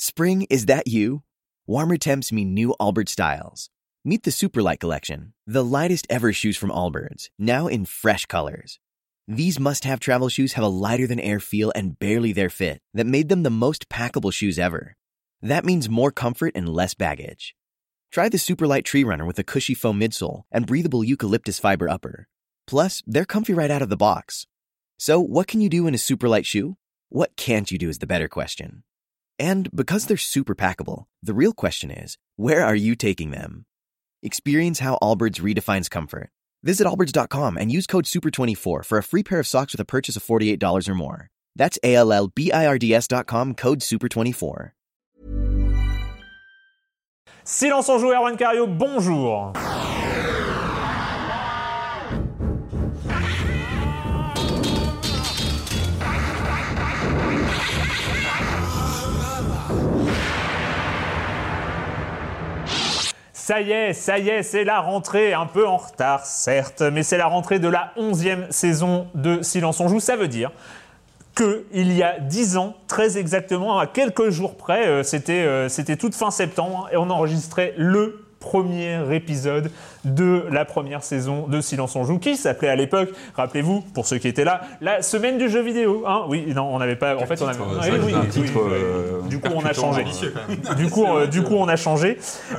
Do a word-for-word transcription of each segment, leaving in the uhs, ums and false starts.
Spring, is that you? Warmer temps mean new Allbirds styles. Meet the Superlight Collection, the lightest ever shoes from Allbirds, now in fresh colors. These must-have travel shoes have a lighter-than-air feel and barely their fit that made them the most packable shoes ever. That means more comfort and less baggage. Try the Superlight Tree Runner with a cushy foam midsole and breathable eucalyptus fiber upper. Plus, they're comfy right out of the box. So, what can you do in a Superlight shoe? What can't you do is the better question. And because they're super packable, the real question is, where are you taking them? Experience how Allbirds redefines comfort. Visit allbirds dot com and use code super twenty-four for a free pair of socks with a purchase of forty-eight dollars or more. That's A L L B I R D S dot com, code super twenty-four. Silence en joue, Erwan Cario, bonjour. Ça y est, ça y est, c'est la rentrée, un peu en retard certes, mais c'est la rentrée de la onzième saison de Silence on joue. Ça veut dire qu'il y a dix ans, très exactement, à quelques jours près, euh, c'était, euh, c'était toute fin septembre, et on enregistrait le premier épisode de la première saison de Silence on joue, qui s'appelait à l'époque, rappelez-vous, pour ceux qui étaient là, la semaine du jeu vidéo. Hein oui, non, on n'avait pas. En fait, on avait. Euh, oui, oui, un oui, titre, oui, euh, du coup, on a changé. Du coup, euh, du coup, on a changé.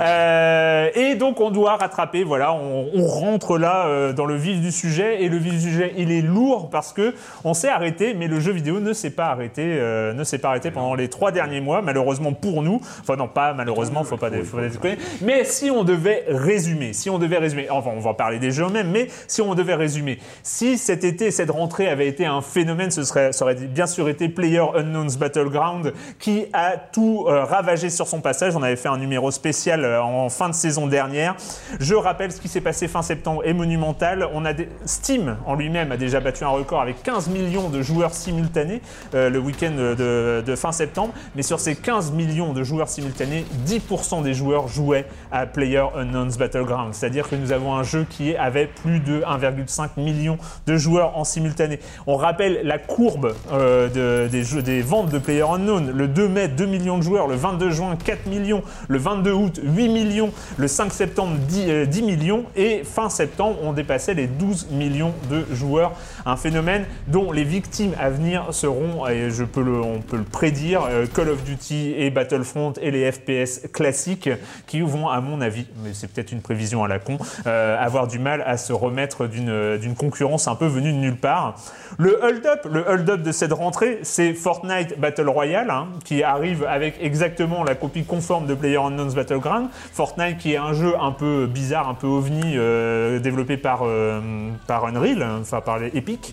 Euh, et donc, on doit rattraper. Voilà, on, on rentre là euh, dans le vif du sujet. Et le vif du sujet, il est lourd parce que on s'est arrêté, mais le jeu vidéo ne s'est pas arrêté, euh, ne s'est pas arrêté pendant les trois derniers mois, malheureusement pour nous. Enfin, non, pas malheureusement, faut pas, faut pas déconner. Mais si on devait résumer, si on devait résumer, enfin, on va parler des jeux eux-mêmes, mais si on devait résumer, si cet été, cette rentrée avait été un phénomène, ce serait, ça aurait bien sûr été PlayerUnknown's Battleground, qui a tout euh, ravagé sur son passage. On avait fait un numéro spécial euh, en fin de saison dernière. Je rappelle ce qui s'est passé fin septembre est monumental. On a des... Steam en lui-même a déjà battu un record avec quinze millions de joueurs simultanés euh, le week-end de, de fin septembre. Mais sur ces quinze millions de joueurs simultanés, dix pour cent des joueurs jouaient à PlayerUnknown's Battleground. C'est-à-dire que nous avons un jeu qui avait plus de un virgule cinq million de joueurs en simultané. On rappelle la courbe euh, de, des, jeux, des ventes de PlayerUnknown. Le deux mai, deux millions de joueurs. Le vingt-deux juin, quatre millions. Le vingt-deux août, huit millions. Le cinq septembre, dix, euh, dix millions. Et fin septembre, on dépassait les douze millions de joueurs. Un phénomène dont les victimes à venir seront, et je peux le, on peut le prédire, euh, Call of Duty et Battlefront et les F P S classiques qui vont, à mon avis, mais c'est peut-être une prévision à la con, euh, avoir du mal à se remettre d'une, d'une concurrence un peu venue de nulle part. Le hold-up, le hold-up de cette rentrée, c'est Fortnite Battle Royale, hein, qui arrive avec exactement la copie conforme de PlayerUnknown's Battleground. Fortnite qui est un jeu un peu bizarre, un peu ovni, euh, développé par, euh, par Unreal, enfin par les Epic,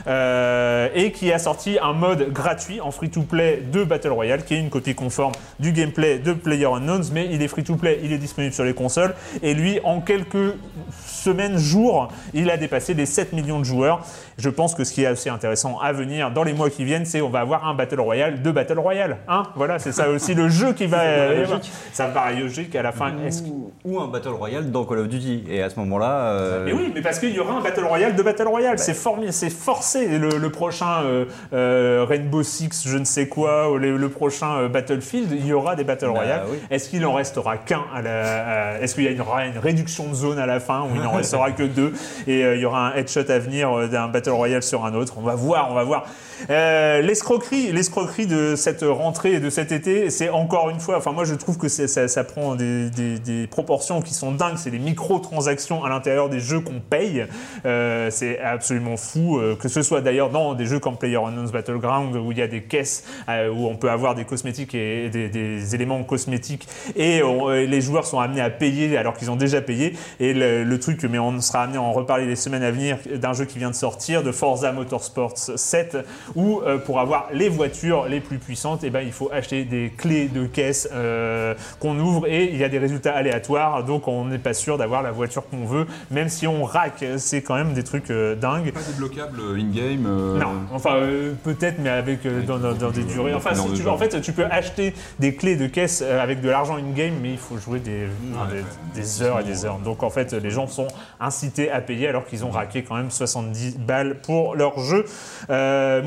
euh, et qui a sorti un mode gratuit en free-to-play de Battle Royale, qui est une copie conforme du gameplay de PlayerUnknown's, mais il est free-to-play, il est disponible sur les consoles, et lui, en quelques semaines, jours, il a dépassé les sept millions de joueurs. Je pense que ce qui est assez intéressant à venir dans les mois qui viennent, c'est on va avoir un Battle Royale de Battle Royale. Hein, voilà, c'est ça aussi le jeu qui va... Euh, ça me paraît logique à la fin. Ou, Est-ce que... ou un Battle Royale dans Call of Duty. Et à ce moment-là... Euh... Mais oui, mais parce qu'il y aura un Battle Royale de Battle Royale. Bah. C'est, formi- c'est forcé. Le, le prochain euh, euh, Rainbow Six, je ne sais quoi, ou le, le prochain euh, Battlefield, il y aura des Battle bah, Royale. Oui. Est-ce qu'il en restera qu'un à la, à... Est-ce qu'il y aura une réduction de zone à la fin où il n'en restera que deux et euh, il y aura un headshot à venir euh, d'un Battle Royale sur un autre? On va voir, on va voir. Euh, l'escroquerie, l'escroquerie de cette rentrée et de cet été, c'est encore une fois, enfin moi je trouve que c'est, ça, ça prend des, des, des proportions qui sont dingues. C'est les microtransactions à l'intérieur des jeux qu'on paye. Euh, c'est absolument fou. Euh, que ce soit d'ailleurs dans des jeux comme PlayerUnknown's Battleground où il y a des caisses euh, où on peut avoir des cosmétiques et des, des éléments cosmétiques et on, euh, les joueurs sont amenés à payer alors qu'ils ont déjà payé. Et le, le truc, mais on sera amené à en reparler les semaines à venir, d'un jeu qui vient de sortir, de Forza Motorsport sept, où euh, pour avoir les voitures les plus puissantes, eh ben, il faut acheter des clés de caisse euh, qu'on ouvre et il y a des résultats aléatoires, donc on n'est pas sûr d'avoir la voiture qu'on veut, même si on rack. C'est quand même des trucs euh, dingues. Pas débloquable in-game euh... Non, enfin euh, peut-être, mais avec, euh, dans, dans, dans des durées. Enfin, si tu, en fait, tu peux acheter des clés de caisse avec de l'argent in-game, mais il faut jouer des, ah, des, des heures et des heures. Donc en fait, les gens sont incités à payer alors qu'ils ont raqué quand même soixante-dix balles pour leur jeu. Euh, moi,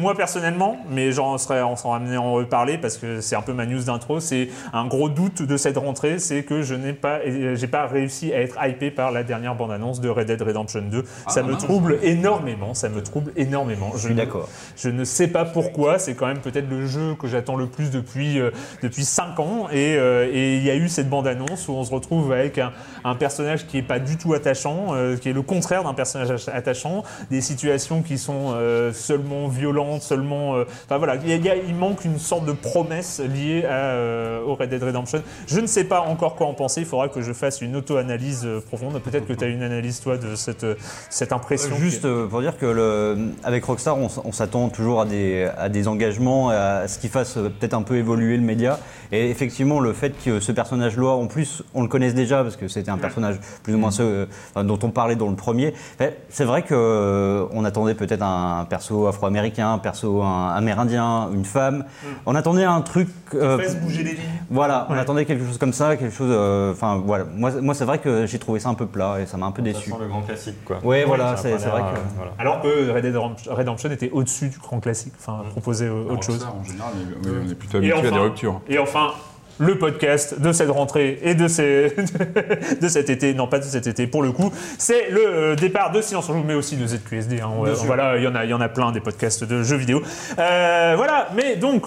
moi personnellement, mais j'en serais, on s'en ramenait à en reparler parce que c'est un peu ma news d'intro, c'est un gros doute de cette rentrée, c'est que je n'ai pas, j'ai pas réussi à être hypé par la dernière bande-annonce de Red Dead Redemption deux. Ah, ça me mince. trouble énormément, ça me trouble énormément. Je suis d'accord. Je ne sais pas pourquoi, c'est quand même peut-être le jeu que j'attends le plus depuis, euh, depuis cinq ans et euh, et il y a eu cette bande-annonce où on se retrouve avec un, un personnage qui est pas du tout attachant, euh, qui est le contraire d'un personnage attachant, des situations qui sont euh, seulement violentes, seulement... Euh, enfin voilà, il, y a, il manque une sorte de promesse liée à, euh, au Red Dead Redemption. Je ne sais pas encore quoi en penser, il faudra que je fasse une auto-analyse euh, profonde. Peut-être que tu as une analyse, toi, de cette, cette impression. Euh, juste euh, pour dire que le, avec Rockstar, on, on s'attend toujours à des, à des engagements, à ce qui fasse euh, peut-être un peu évoluer le média. Et effectivement, le fait que ce personnage-là, en plus, on le connaisse déjà, parce que c'était un personnage plus ou moins ce, euh, dont on parlait dans le premier. C'est vrai qu'on euh, attendait peut-être un perso afro-américain, un perso un amérindien, une femme. Mm. On attendait un truc... Euh, qui fasse bouger les lignes. Voilà, ouais. On attendait quelque chose comme ça, quelque chose... Enfin, euh, voilà. Moi, moi c'est vrai que j'ai trouvé ça un peu plat et ça m'a un peu déçu. Ça sent le grand classique, quoi. Ouais, ouais voilà, c'est vrai que... Voilà. Alors que Red Dead Redemption était au-dessus du grand classique, enfin, mm. proposait autre Alors, chose. Ça, en général, mais, mais on est plutôt habitué enfin, à des ruptures. Et enfin... le podcast de cette rentrée et de, ces de cet été, non pas de cet été pour le coup, c'est le départ de Silence on Joue, mais aussi de Z Q S D. Hein. Voilà, il y en a, il y en a plein des podcasts de jeux vidéo. Euh, voilà, mais donc.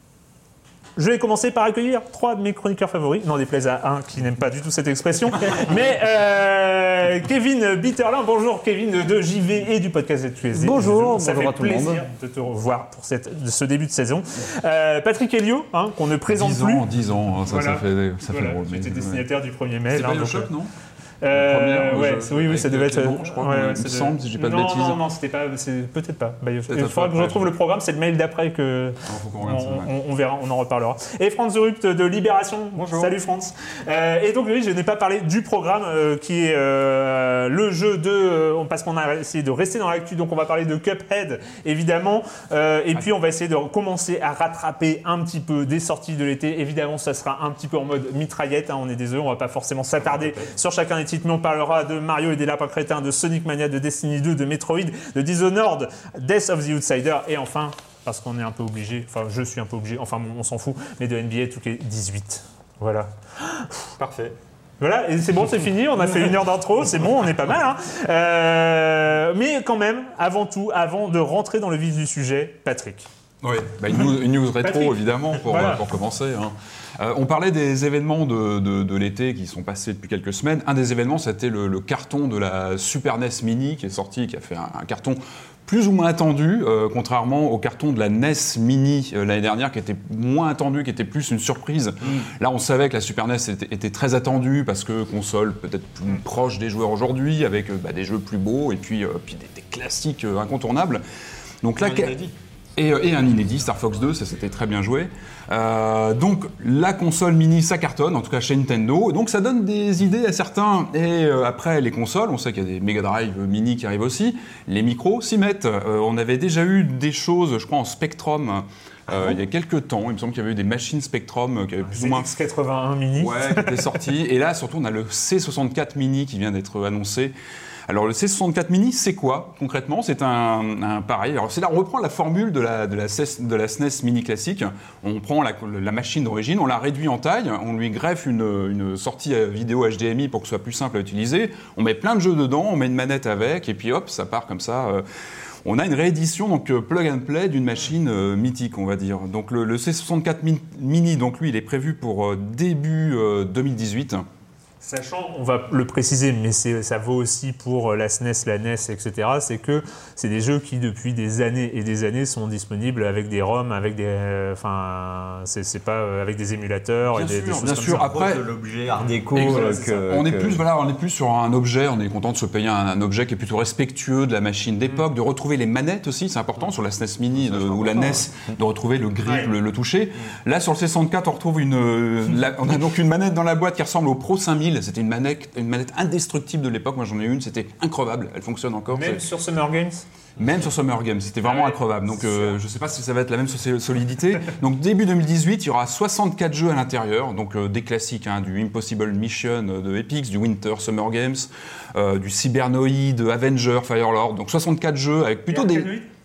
Je vais commencer par accueillir trois de mes chroniqueurs favoris. N'en déplaise à un qui n'aime pas du tout cette expression. Mais euh, Kevin Bitterlin, bonjour Kevin de J V et du podcast Z Q S D. Bonjour, ça bonjour fait à tout le monde. plaisir de te revoir pour cette, de ce début de saison. Euh, Patrick Helio, hein, qu'on ne présente dix plus. ans, dix ans, hein, ça, voilà. ça fait, ça voilà, fait drôle. Tu étais destinataire ouais. du premier mail. C'est hein, pas le choc, non Euh, première, ouais, je, oui, oui, ça devait être. Clément, je crois, ouais, il me semble, si j'ai pas de non, bêtises. Non, non, c'était pas, c'est peut-être pas. Bah, il faudra que je retrouve le programme, c'est le mail d'après que. Non, on, on, on verra, on en reparlera. Et Franz Rupt de Libération. Bonjour. Salut Franz. Euh, et donc, oui, je n'ai pas parlé du programme euh, qui est euh, le jeu de. Euh, parce qu'on a essayé de rester dans l'actu, donc on va parler de Cuphead, évidemment. Euh, et puis, on va essayer de commencer à rattraper un petit peu des sorties de l'été. Évidemment, ça sera un petit peu en mode mitraillette. Hein, on est désolé, on va pas forcément s'attarder sur chacun des titres, mais on parlera de de Mario et des Lapins Crétins, de Sonic Mania, de Destiny deux, de Metroid, de Dishonored, Death of the Outsider et enfin, parce qu'on est un peu obligé, enfin je suis un peu obligé, enfin on s'en fout, mais de N B A deux K dix-huit. Voilà. Parfait. Voilà, et c'est bon, c'est fini, on a fait une heure d'intro, c'est bon, on est pas mal. Hein. Euh, mais quand même, avant tout, avant de rentrer dans le vif du sujet, Patrick. Oui, bah une, news, une news rétro Patrick. évidemment pour, voilà. pour commencer. Hein. Euh, on parlait des événements de, de, de l'été qui sont passés depuis quelques semaines. Un des événements, c'était le, le carton de la Super N E S Mini qui est sorti, qui a fait un, un carton plus ou moins attendu, euh, contrairement au carton de la N E S Mini euh, l'année dernière, qui était moins attendu, qui était plus une surprise. Mmh. Là, on savait que la Super N E S était, était très attendue parce que console peut-être plus mmh. proche des joueurs aujourd'hui, avec euh, bah, des jeux plus beaux et puis, euh, puis des, des classiques euh, incontournables. Donc là, Et, et un inédit, Star Fox deux, ça c'était très bien joué. Euh, donc la console mini, ça cartonne, en tout cas chez Nintendo. Donc ça donne des idées à certains. Et euh, après les consoles, on sait qu'il y a des Mega Drive mini qui arrivent aussi. Les micros s'y mettent. Euh, on avait déjà eu des choses, je crois, en Spectrum. Euh, il y a quelques temps, il me semble qu'il y avait eu des machines Spectrum qui avaient plus ou moins... X quatre-vingt-un mini. Ouais, qui étaient sorties. Et là, surtout, on a le C soixante-quatre mini qui vient d'être annoncé. Alors le C soixante-quatre mini, c'est quoi concrètement ? C'est un, un pareil. Alors c'est là, on reprend la formule de la, de la, de la S N E S mini classique. On prend la, la machine d'origine, on la réduit en taille, on lui greffe une, une sortie vidéo H D M I pour que ce soit plus simple à utiliser. On met plein de jeux dedans, on met une manette avec, et puis hop, ça part comme ça. Euh, On a une réédition, donc plug and play, d'une machine euh, mythique, on va dire. Donc le, le C soixante-quatre mini, donc lui, il est prévu pour euh, début euh, deux mille dix-huit. Sachant, on va le préciser, mais c'est, ça vaut aussi pour la S N E S, la N E S, et cetera, c'est que c'est des jeux qui, depuis des années et des années, sont disponibles avec des ROM, avec des, enfin, euh, c'est, c'est pas euh, avec des émulateurs bien et des, sûr, des choses bien comme sûr. ça. Après, l'objet art déco. Euh, que, on, que... est plus, voilà, on est plus sur un objet, on est content de se payer un, un objet qui est plutôt respectueux de la machine d'époque, mmh. de retrouver les manettes aussi, c'est important, sur la S N E S mini de, ou la N E S, de retrouver le grip, ouais. le, le toucher. Mmh. Là, sur le C soixante-quatre, on retrouve une, la, on a donc une manette dans la boîte qui ressemble au Pro cinq mille, c'était une manette une manette indestructible de l'époque, moi j'en ai une, c'était increvable, elle fonctionne encore. Même c'est... sur Summer Games ? Même sur Summer Games, c'était vraiment ah ouais, increvable. Donc euh, je ne sais pas si ça va être la même solidité. Donc début deux mille dix-huit, il y aura soixante-quatre jeux à l'intérieur, donc euh, des classiques, hein, du Impossible Mission de Epix, du Winter Summer Games, euh, du Cybernoid, Avenger, Firelord. Donc soixante-quatre jeux avec plutôt des...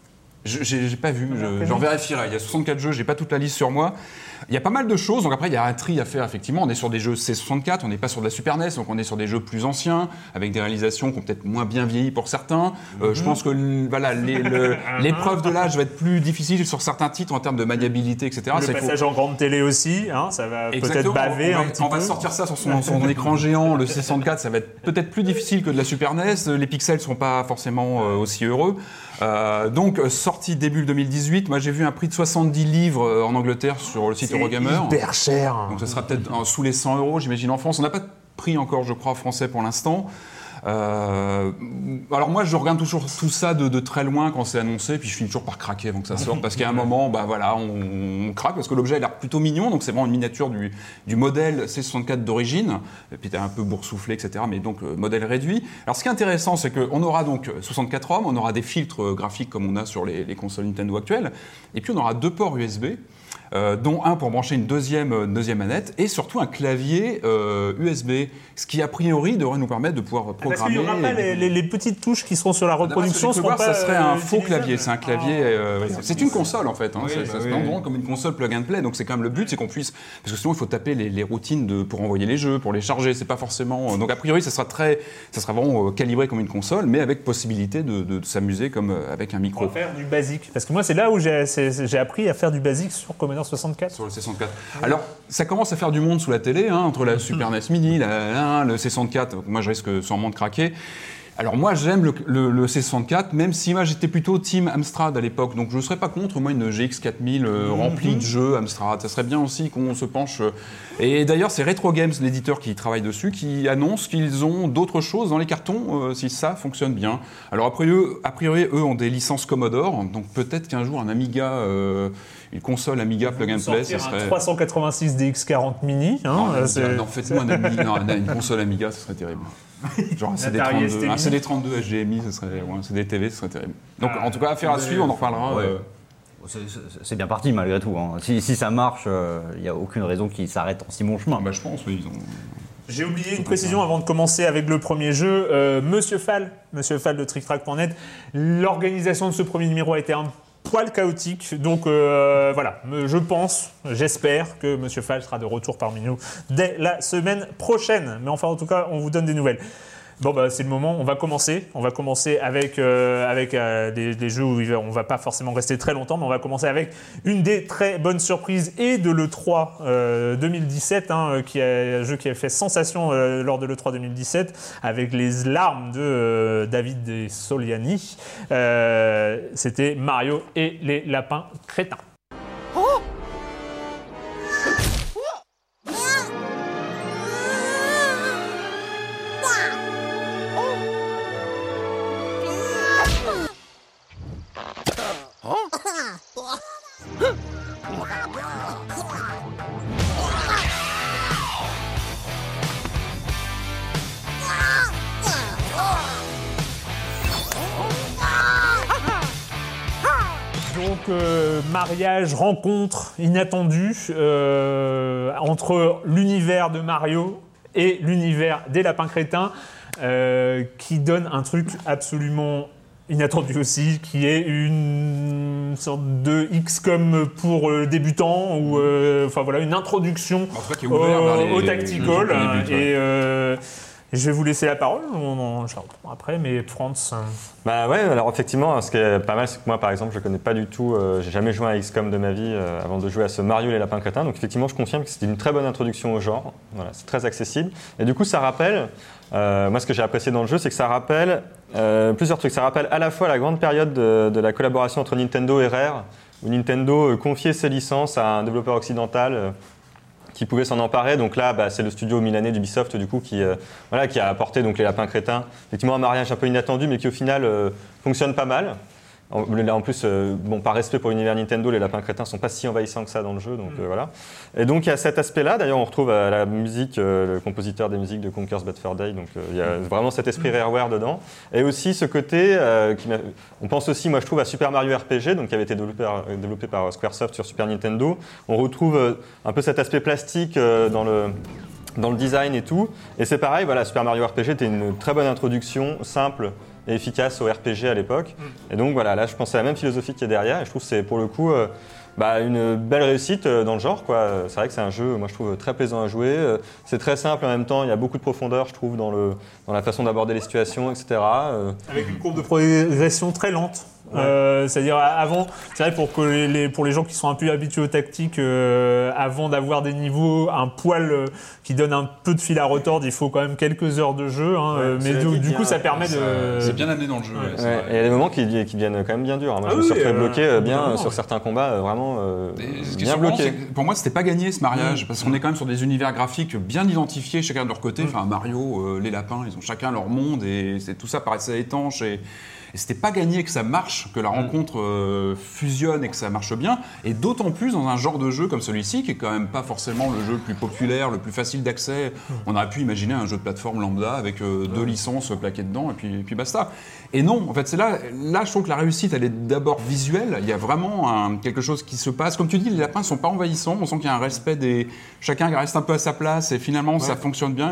Je, j'ai, j'ai pas vu, je, j'en vérifierai. Il y a soixante-quatre jeux, j'ai pas toute la liste sur moi. Il y a pas mal de choses, donc après il y a un tri à faire effectivement. On est sur des jeux C soixante-quatre, on n'est pas sur de la Super N E S, donc on est sur des jeux plus anciens, avec des réalisations qui ont peut-être moins bien vieilli pour certains. Euh, mm-hmm. Je pense que voilà, les, le, l'épreuve de l'âge va être plus difficile sur certains titres en termes de maniabilité, et cetera. Le C'est passage faut... en grande télé aussi, hein, ça va Exactement. peut-être baver on va, un petit on peu. On va sortir ça sur son, son écran géant, le C soixante-quatre, ça va être peut-être plus difficile que de la Super N E S. Les pixels ne seront pas forcément euh, aussi heureux. Euh, donc, sorti début deux mille dix-huit, moi j'ai vu un prix de soixante-dix livres euh, en Angleterre sur le site C'est Eurogamer. hyper cher. Donc, ça sera peut-être euh, sous les cent euros, j'imagine, en France. On n'a pas de prix encore, je crois, français pour l'instant. Euh, alors moi je regarde toujours tout ça de, de très loin quand c'est annoncé, puis je finis toujours par craquer avant que ça sorte, parce qu'à un moment bah voilà, on, on craque parce que l'objet a l'air plutôt mignon, donc c'est vraiment une miniature du, du modèle C soixante-quatre d'origine, et puis t'es un peu boursouflé, et cetera, mais donc euh, modèle réduit. Alors ce qui est intéressant, c'est qu'on aura donc soixante-quatre ROM, on aura des filtres graphiques comme on a sur les, les consoles Nintendo actuelles, et puis on aura deux ports U S B. Euh, dont un pour brancher une deuxième, euh, deuxième manette, et surtout un clavier euh, U S B, ce qui a priori devrait nous permettre de pouvoir programmer. Parce qu'il n'y aura pas les, les, les petites touches qui seront sur la reproduction, seront pas. Ça serait euh, un faux clavier, c'est un clavier. Euh, ouais, c'est une console en fait. Hein, oui, c'est, bah ça oui. se vend comme une console plug and play, donc c'est quand même le but, c'est qu'on puisse, parce que sinon il faut taper les, les routines de, pour envoyer les jeux, pour les charger. C'est pas forcément. Donc a priori, ça sera très, ça sera vraiment calibré comme une console, mais avec possibilité de, de, de s'amuser comme avec un micro. On va faire du basique, parce que moi c'est là où j'ai, c'est, j'ai appris à faire du basique sur Commodore soixante-quatre. Sur le C soixante-quatre. Alors, ça commence à faire du monde sous la télé, hein, entre la Super N E S Mini, la, le C soixante-quatre. Moi, je risque sûrement de craquer. Alors moi, j'aime le, le, le C soixante-quatre, même si moi, j'étais plutôt team Amstrad à l'époque. Donc, je ne serais pas contre, moi, une G X quatre mille euh, remplie de jeux Amstrad. Ça serait bien aussi qu'on se penche. Euh, et d'ailleurs, c'est Retro Games, l'éditeur qui travaille dessus, qui annonce qu'ils ont d'autres choses dans les cartons, euh, si ça fonctionne bien. Alors, après eux, a priori, eux ont des licences Commodore. Donc, peut-être qu'un jour, un Amiga... Euh, une console Amiga plug and play, ça serait... un trois cent quatre-vingt-six D X quarante mini. Hein, non, c'est... non, faites-moi un Amiga, non, une console Amiga, ce serait terrible. Genre un C D trente-deux, un C D trente-deux H D M I, ce serait, ou un C D T V, ce serait terrible. Donc ah, en tout cas, affaire à suivre, on en reparlera. Ouais. Euh... C'est, c'est, c'est bien parti malgré tout. Hein. Si, si ça marche, il euh, n'y a aucune raison qu'ils s'arrêtent en si bon chemin. Bah, je pense, oui. Ils ont... J'ai oublié une précision avant de commencer avec le premier jeu. Euh, Monsieur Fall, Monsieur Fall de Trick Track point net, l'organisation de ce premier numéro a été un poil chaotique, donc euh, voilà, je pense, j'espère que Monsieur Fall sera de retour parmi nous dès la semaine prochaine. Mais enfin, en tout cas, on vous donne des nouvelles. Bon, bah, c'est le moment, on va commencer. On va commencer avec, euh, avec euh, des, des jeux où on ne va pas forcément rester très longtemps, mais on va commencer avec une des très bonnes surprises et de l'E trois euh, deux mille dix-sept, hein, qui a, un jeu qui a fait sensation euh, lors de l'E trois deux mille dix-sept, avec les larmes de euh, David De Soliani. Euh, c'était Mario et les lapins crétins. Oh Donc, euh, mariage, rencontre inattendue euh, entre l'univers de Mario et l'univers des lapins crétins, euh, qui donne un truc absolument inattendu aussi, qui est une sorte de X COM pour euh, débutants, ou euh, enfin voilà, une introduction qui est ouvert vers les, au tactical. les, les débuts, et euh, je vais vous laisser la parole, on en je la reprends après, mais Franz... Bah ouais, alors effectivement, ce qui est pas mal, c'est que moi par exemple, je connais pas du tout, euh, j'ai jamais joué à X COM de ma vie euh, avant de jouer à ce Mario et les lapins crétins, donc effectivement je confirme que c'était une très bonne introduction au genre, voilà, c'est très accessible, et du coup ça rappelle, euh, moi ce que j'ai apprécié dans le jeu, c'est que ça rappelle euh, plusieurs trucs, ça rappelle à la fois la grande période de, de la collaboration entre Nintendo et Rare, où Nintendo euh, confiait ses licences à un développeur occidental, euh, qui pouvait s'en emparer. Donc là, bah, c'est le studio milanais d'Ubisoft du coup qui, euh, voilà, qui a apporté donc les lapins crétins. Effectivement, un mariage un peu inattendu, mais qui au final euh, fonctionne pas mal. En, en plus, euh, bon, par respect pour l'univers Nintendo, les lapins crétins sont pas si envahissants que ça dans le jeu, donc mmh. euh, voilà. Et donc il y a cet aspect-là. D'ailleurs, on retrouve à la musique euh, le compositeur des musiques de Conker's Bad Fur Day, donc euh, il y a vraiment cet esprit Rareware dedans. Et aussi ce côté, euh, qui m'a... on pense aussi, moi je trouve, à Super Mario R P G, donc qui avait été développé par, développé par Squaresoft sur Super Nintendo. On retrouve euh, un peu cet aspect plastique euh, dans le dans le design et tout. Et c'est pareil, voilà, Super Mario R P G était une très bonne introduction, simple et efficace au R P G à l'époque. Mm. Et donc voilà, là je pense à la même philosophie qui est derrière et je trouve que c'est pour le coup euh, bah, une belle réussite euh, dans le genre, quoi. C'est vrai que c'est un jeu, moi je trouve très plaisant à jouer. Euh, c'est très simple en même temps, il y a beaucoup de profondeur je trouve dans, le, dans la façon d'aborder les situations, et cetera. Euh, Avec une courbe de progression très lente. Ouais. Euh, c'est-à-dire avant, c'est vrai pour que les, les pour les gens qui sont un peu habitués aux tactiques, euh, avant d'avoir des niveaux un poil euh, qui donne un peu de fil à retordre, il faut quand même quelques heures de jeu. Hein, ouais, mais du, du coup, ça permet ça, de. C'est bien amené dans le jeu. Ouais. Ouais, ouais, et il y a des moments qui, qui deviennent quand même bien durs. Hein. Moi, ah je me suis oui, retrouvé euh, bloqué euh, bien euh, sur certains combats, euh, vraiment euh, bien bloqué. Pour moi, c'était pas gagné ce mariage, mmh. parce qu'on est quand même sur des univers graphiques bien identifiés, chacun de leur côté. Mmh. Enfin, Mario, euh, les lapins, ils ont chacun leur monde et c'est, tout ça paraissait étanche et. Et c'était pas gagné que ça marche, que la rencontre euh, fusionne et que ça marche bien. Et d'autant plus dans un genre de jeu comme celui-ci, qui est quand même pas forcément le jeu le plus populaire, le plus facile d'accès. On aurait pu imaginer un jeu de plateforme lambda avec euh, deux licences plaquées dedans et puis, et puis basta. Et non, en fait, c'est là, là, je trouve que la réussite, elle est d'abord visuelle. Il y a vraiment un, quelque chose qui se passe. Comme tu dis, les lapins sont pas envahissants. On sent qu'il y a un respect des... Chacun reste un peu à sa place et finalement, ouais. ça fonctionne bien.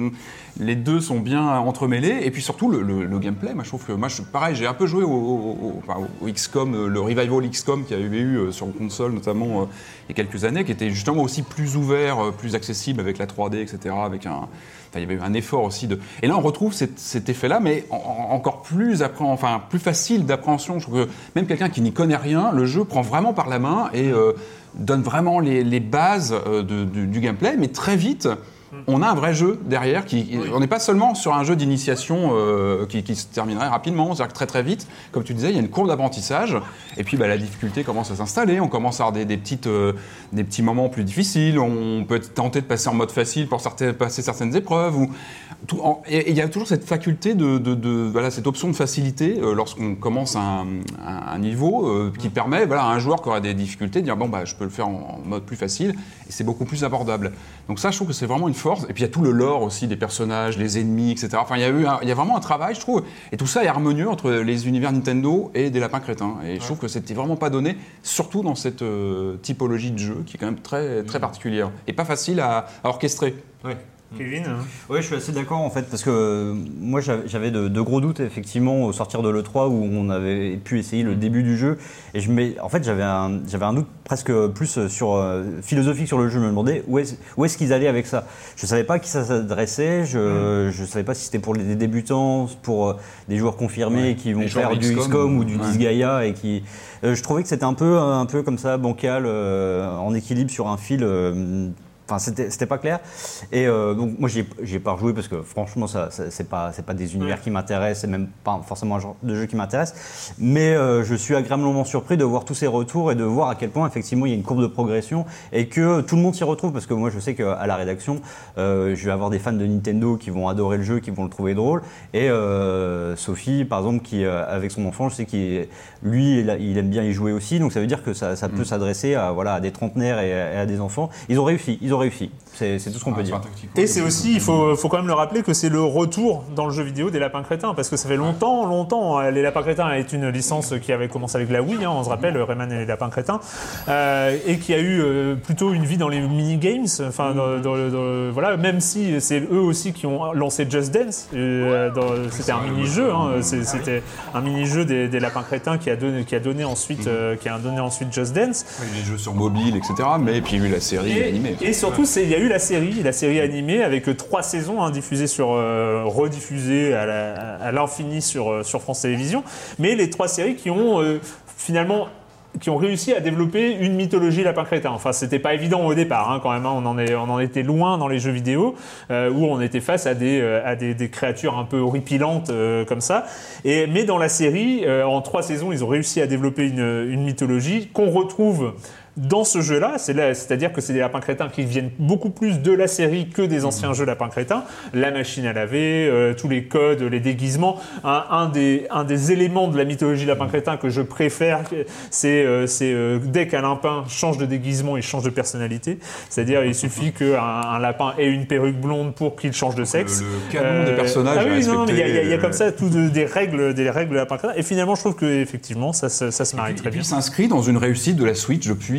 Les deux sont bien entremêlés. Et puis surtout, le, le, le gameplay. Moi, je trouve que... Moi, je, pareil, j'ai un peu joué au, au, au, enfin, au X COM, le revival X COM qu'il y avait eu sur console, notamment euh, il y a quelques années, qui était justement aussi plus ouvert, euh, plus accessible avec la trois D, et cetera. Avec un... Enfin, il y avait eu un effort aussi de... Et là, on retrouve cet, cet effet-là, mais en, en, encore plus, apprend, enfin, plus facile d'appréhension. Je trouve que même quelqu'un qui n'y connaît rien, le jeu prend vraiment par la main et euh, donne vraiment les, les bases euh, de, du, du gameplay, mais très vite... On a un vrai jeu derrière, qui, oui. on n'est pas seulement sur un jeu d'initiation euh, qui, qui se terminerait rapidement, c'est-à-dire que très très vite, comme tu disais, il y a une courbe d'apprentissage, et puis bah, la difficulté commence à s'installer, on commence à avoir des, des, petites, euh, des petits moments plus difficiles, on peut être tenté de passer en mode facile pour certaines, passer certaines épreuves, ou, tout, en, et il y a toujours cette faculté, de, de, de voilà, cette option de facilité euh, lorsqu'on commence un, un, un niveau euh, qui permet voilà, à un joueur qui aura des difficultés de dire bon, bah, je peux le faire en, en mode plus facile, et c'est beaucoup plus abordable. Donc ça, je trouve que c'est vraiment une force. Et puis il y a tout le lore aussi des personnages, les ennemis, et cetera. Enfin, il y a eu, un, il y a vraiment un travail, je trouve. Et tout ça est harmonieux entre les univers Nintendo et des lapins crétins. Et ouais. je trouve que c'était vraiment pas donné, surtout dans cette euh, typologie de jeu qui est quand même très, très particulière et pas facile à, à orchestrer. Ouais. Kevin hein. Oui, je suis assez d'accord en fait, parce que euh, moi j'avais de, de gros doutes effectivement au sortir de l'E trois où on avait pu essayer le début du jeu. Et je mets, en fait, j'avais un, j'avais un doute presque plus sur, euh, philosophique sur le jeu. Je me demandais où est-ce, où est-ce qu'ils allaient avec ça. Je ne savais pas à qui ça s'adressait, je ne mm. savais pas si c'était pour les débutants, pour euh, des joueurs confirmés ouais. qui vont faire du X COM ou du ouais. Disgaea. Et qui, euh, je trouvais que c'était un peu, un peu comme ça, bancal, euh, en équilibre sur un fil. Euh, Enfin, c'était, c'était pas clair. Et euh, donc, moi, j'y ai pas rejoué parce que franchement, ça, ça, c'est pas, c'est pas des univers qui m'intéressent, c'est même pas forcément un genre de jeu qui m'intéresse. Mais euh, je suis agréablement surpris de voir tous ces retours et de voir à quel point, effectivement, il y a une courbe de progression et que tout le monde s'y retrouve. Parce que moi, je sais qu'à la rédaction, euh, je vais avoir des fans de Nintendo qui vont adorer le jeu, qui vont le trouver drôle. Et euh, Sophie, par exemple, qui, euh, avec son enfant, je sais qu'il, lui, il aime bien y jouer aussi. Donc, ça veut dire que ça, ça peut mmh. s'adresser à, voilà, à des trentenaires et à, et à des enfants. Ils ont réussi. Ils ont réussi. C'est, c'est tout ce qu'on ah, peut dire. Et c'est aussi, il faut, faut quand même le rappeler que c'est le retour dans le jeu vidéo des lapins crétins, parce que ça fait longtemps, longtemps, les lapins crétins est une licence qui avait commencé avec la Wii, hein, on se rappelle, Rayman et les lapins crétins, euh, et qui a eu euh, plutôt une vie dans les mini-games, enfin, dans, dans, dans, voilà, même si c'est eux aussi qui ont lancé Just Dance, euh, dans, c'était un mini-jeu, hein, c'est, c'était un mini-jeu des, des lapins crétins qui a donné, qui a donné ensuite, euh, qui a donné ensuite Just Dance. Oui, les jeux sur mobile, et cetera. Mais puis il y a eu la série et, animée. Et surtout, c'est, il y a eu la série, la série animée avec trois saisons hein, diffusées sur, euh, rediffusées à, la, à l'infini sur, sur France Télévisions. Mais les trois séries qui ont euh, finalement qui ont réussi à développer une mythologie lapin crétin. Enfin, c'était pas évident au départ, hein, quand même. Hein, on en est, on en était loin dans les jeux vidéo, euh, où on était face à des, euh, à des, des créatures un peu horripilantes euh, comme ça. Et mais dans la série, euh, en trois saisons, ils ont réussi à développer une, une mythologie qu'on retrouve dans ce jeu-là, c'est là, c'est-à-dire que c'est des lapins crétins qui viennent beaucoup plus de la série que des anciens mmh. jeux lapins crétins. La machine à laver, euh, tous les codes, les déguisements. Un, un, des, un des éléments de la mythologie lapin crétin que je préfère, c'est, euh, c'est euh, dès qu'un lapin change de déguisement, il change de personnalité. C'est-à-dire, il suffit qu'un un lapin ait une perruque blonde pour qu'il change de sexe. Le, le canon euh, des personnages. Ah oui, non, mais il y a, y a, y a euh... comme ça toutes des règles, des règles lapin crétin. Et finalement, je trouve que effectivement, ça, ça, ça se marie et puis, très et bien. puis, il s'inscrit dans une réussite de la Switch depuis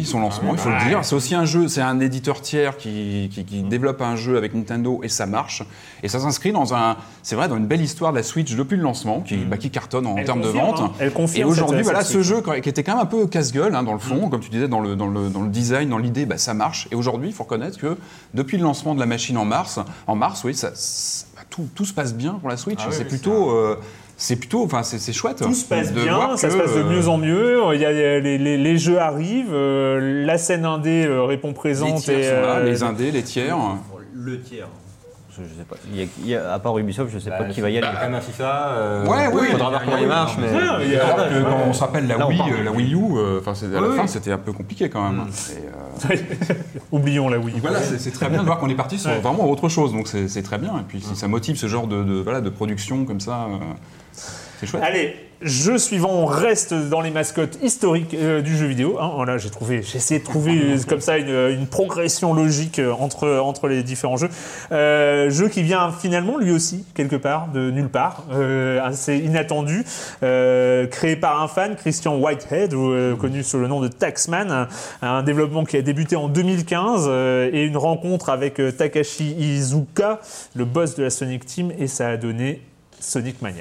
son lancement, il faut le dire. C'est aussi un jeu, c'est un éditeur tiers qui, qui, qui développe un jeu avec Nintendo et ça marche. Et ça s'inscrit dans un, c'est vrai, dans une belle histoire de la Switch depuis le lancement, qui, bah, qui cartonne en Elle termes de confirme, vente. hein. Elle confirme et aujourd'hui, cette- voilà, cette ce Switch, jeu qui était quand même un peu casse-gueule hein, dans le fond, comme tu disais, dans le, dans le, dans le design, dans l'idée, bah, ça marche. Et aujourd'hui, il faut reconnaître que depuis le lancement de la machine en mars, en mars, oui, ça, ça- bah, tout, tout se passe bien pour la Switch. Ah oui, c'est oui, plutôt. euh, C'est plutôt, enfin c'est, c'est chouette. Tout se passe de bien, voir ça que, se passe de euh, mieux en mieux. Il y a les, les- les jeux arrivent, euh, la scène indé euh, répond Les présente tiers et sont là, euh, les indés, les tiers. Le tiers. Je sais pas. Il y a, il y a- à part Ubisoft, je sais Bah, pas qui va y aller. Il y a quand même un FIFA. Euh, Ouais, ouais, il faudra ouais, voir comment ouais, il marche, ouais. mais. Ah, il y a- Alors que quand on se rappelle la Là, on Wii, parle euh, la Wii U, euh, enfin c'est- à la Oui, fin oui. c'était un peu compliqué quand même. Et, euh, oublions la Wii. voilà, c'est, c'est très bien de voir qu'on est parti sur Ouais. vraiment autre chose. Donc c'est, c'est très bien. Et puis si ça motive ce genre de, de, voilà, de production comme ça, euh, c'est chouette. Allez, jeu suivant, on reste dans les mascottes historiques euh, du jeu vidéo. Hein. Voilà, j'ai trouvé, j'ai essayé de trouver euh, comme ça une, une progression logique euh, entre, entre les différents jeux. Euh, jeu qui vient finalement lui aussi quelque part de nulle part, euh, assez inattendu, euh, créé par un fan, Christian Whitehead, ou, euh, connu sous le nom de Taxman, un, un développement qui a débuté en deux mille quinze euh, et une rencontre avec euh, Takashi Iizuka, le boss de la Sonic Team, et ça a donné Sonic Mania.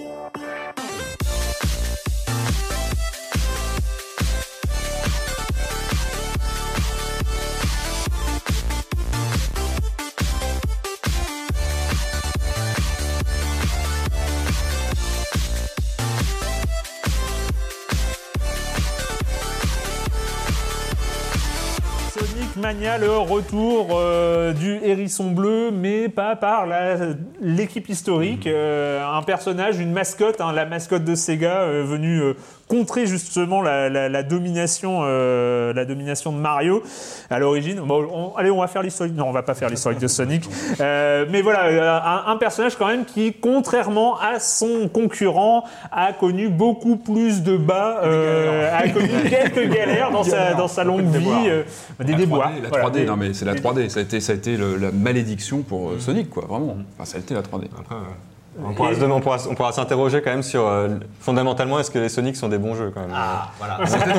Sonic Mania, le retour euh, du hérisson bleu, mais pas par la- l'équipe historique. Euh, un personnage, une mascotte, hein, la mascotte de Sega, euh, venue euh, contrer justement la, la- la domination, euh, la domination de Mario à l'origine. Bon, on- allez, on va faire l'historique. Non, on va pas faire l'historique de Sonic. Euh, mais voilà, euh, un, un personnage quand même qui, contrairement à son concurrent, a connu beaucoup plus de bas, euh, a connu quelques galères dans sa, dans sa longue vie. euh, des La déboires. trois D, la Voilà, trois D, des- non mais c'est la des- trois D, ça a été, ça a été le- la malédiction pour euh, Sonic, quoi, vraiment. Enfin, ça a été la trois D. Après, ouais. On pourra, se demander- on pourra, on pourra s'interroger quand même sur euh, fondamentalement est-ce que les Sonic sont des bons jeux quand même. Ah, voilà.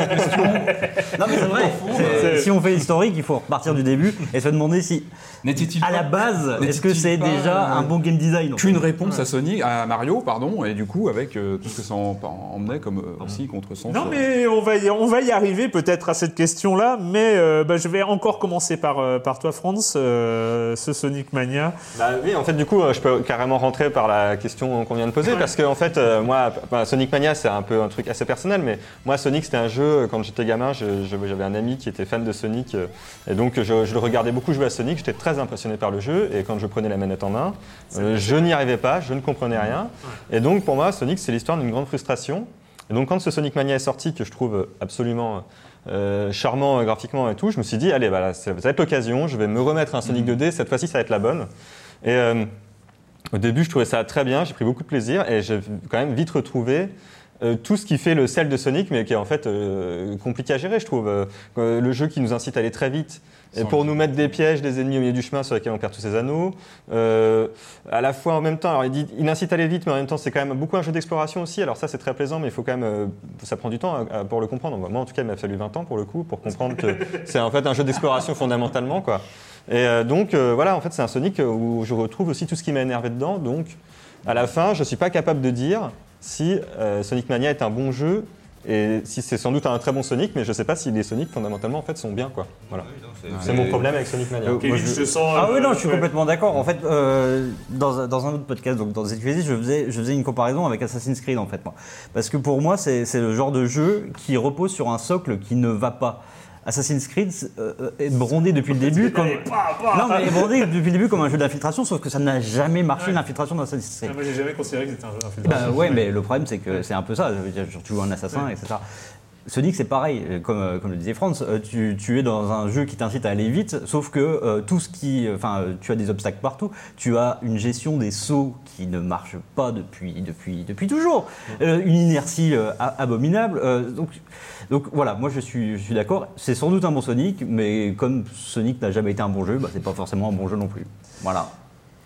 Non, mais c'est vrai. C'est- si on fait l'historique, il faut repartir du début et se demander si, N'était-il à pas- la base, est-ce que n'était-il c'est pas, déjà euh, un bon game design en fait qu'une réponse à Sonic, à Mario, pardon, et du coup avec euh, tout ce que ça en- emmenait comme euh, aussi contre-sens. Non, mais on va y, on va y arriver peut-être à cette question-là, mais euh, bah, je vais encore commencer par, euh, par toi, Franz, euh, ce Sonic Mania. Bah oui, en fait, du coup, euh, je peux carrément rentrer par la question qu'on vient de poser, Ouais. parce que en fait, euh, moi, bah, Sonic Mania, c'est un peu un truc assez personnel, mais moi, Sonic, c'était un jeu, quand j'étais gamin, je- je- j'avais un ami qui était fan de Sonic, euh, et donc je, je le regardais beaucoup jouer à Sonic, j'étais très impressionné par le jeu, et quand je prenais la manette en main, euh, je n'y arrivais pas, je ne comprenais rien, et donc pour moi, Sonic, c'est l'histoire d'une grande frustration. Et donc quand ce Sonic Mania est sorti, que je trouve absolument euh, charmant euh, graphiquement et tout, je me suis dit, allez, bah, là, ça va être l'occasion, je vais me remettre un Sonic deux D, cette fois-ci, ça va être la bonne. Et euh, au début, je trouvais ça très bien, j'ai pris beaucoup de plaisir, et j'ai quand même vite retrouvé euh, tout ce qui fait le sel de Sonic, mais qui est en fait euh, compliqué à gérer, je trouve. Euh, euh, le jeu qui nous incite à aller très vite, et Sans pour le- nous mettre des pièges, des ennemis au milieu du chemin sur lesquels on perd tous ses anneaux. Euh, à la fois en même temps, alors il, dit, il incite à aller vite, mais en même temps c'est quand même beaucoup un jeu d'exploration aussi. Alors ça c'est très plaisant, mais il faut quand même, euh, ça prend du temps à- à- pour le comprendre. Moi en tout cas il m'a fallu vingt ans pour le coup, pour comprendre que c'est en fait un jeu d'exploration fondamentalement, quoi. Et euh, donc euh, voilà, en fait c'est un Sonic où je retrouve aussi tout ce qui m'a énervé dedans. Donc à la fin, je ne suis pas capable de dire si euh, Sonic Mania est un bon jeu. Et si c'est sans doute un très bon Sonic, mais je sais pas si les Sonic fondamentalement en fait sont bien, quoi. Voilà. C'est Ouais. mon problème avec Sonic Mania. Euh, Kevin, moi, je- je te sens. Ah euh, oui, non, je suis ouais. complètement d'accord. En fait, euh, dans, un- dans un autre podcast, donc dans Z Q S D, je faisais, je faisais une comparaison avec Assassin's Creed, en fait, moi. Parce que pour moi, c'est c'est le genre de jeu qui repose sur un socle qui ne va pas. Assassin's Creed euh, est brandé depuis le début comme... Allez, pa, pa. Non, mais est brandé depuis le début comme un jeu d'infiltration, sauf que ça n'a jamais marché, Ouais. l'infiltration dans Assassin's Creed. Ah, moi, j'ai jamais considéré que c'était un jeu d'infiltration. Bah ouais, mais le problème c'est que c'est un peu ça. Je veux dire, tu joues un assassin, Ouais. et cetera. Sonic, c'est pareil, comme, euh, comme le disait Franz, euh, tu, tu es dans un jeu qui t'incite à aller vite, sauf que euh, tout ce qui. Enfin, euh, tu as des obstacles partout, tu as une gestion des sauts qui ne marche pas depuis, depuis, depuis toujours, euh, une inertie euh, a- abominable. euh, donc, donc voilà, moi je suis, je suis d'accord, c'est sans doute un bon Sonic, mais comme Sonic n'a jamais été un bon jeu, bah, c'est pas forcément un bon jeu non plus. Voilà.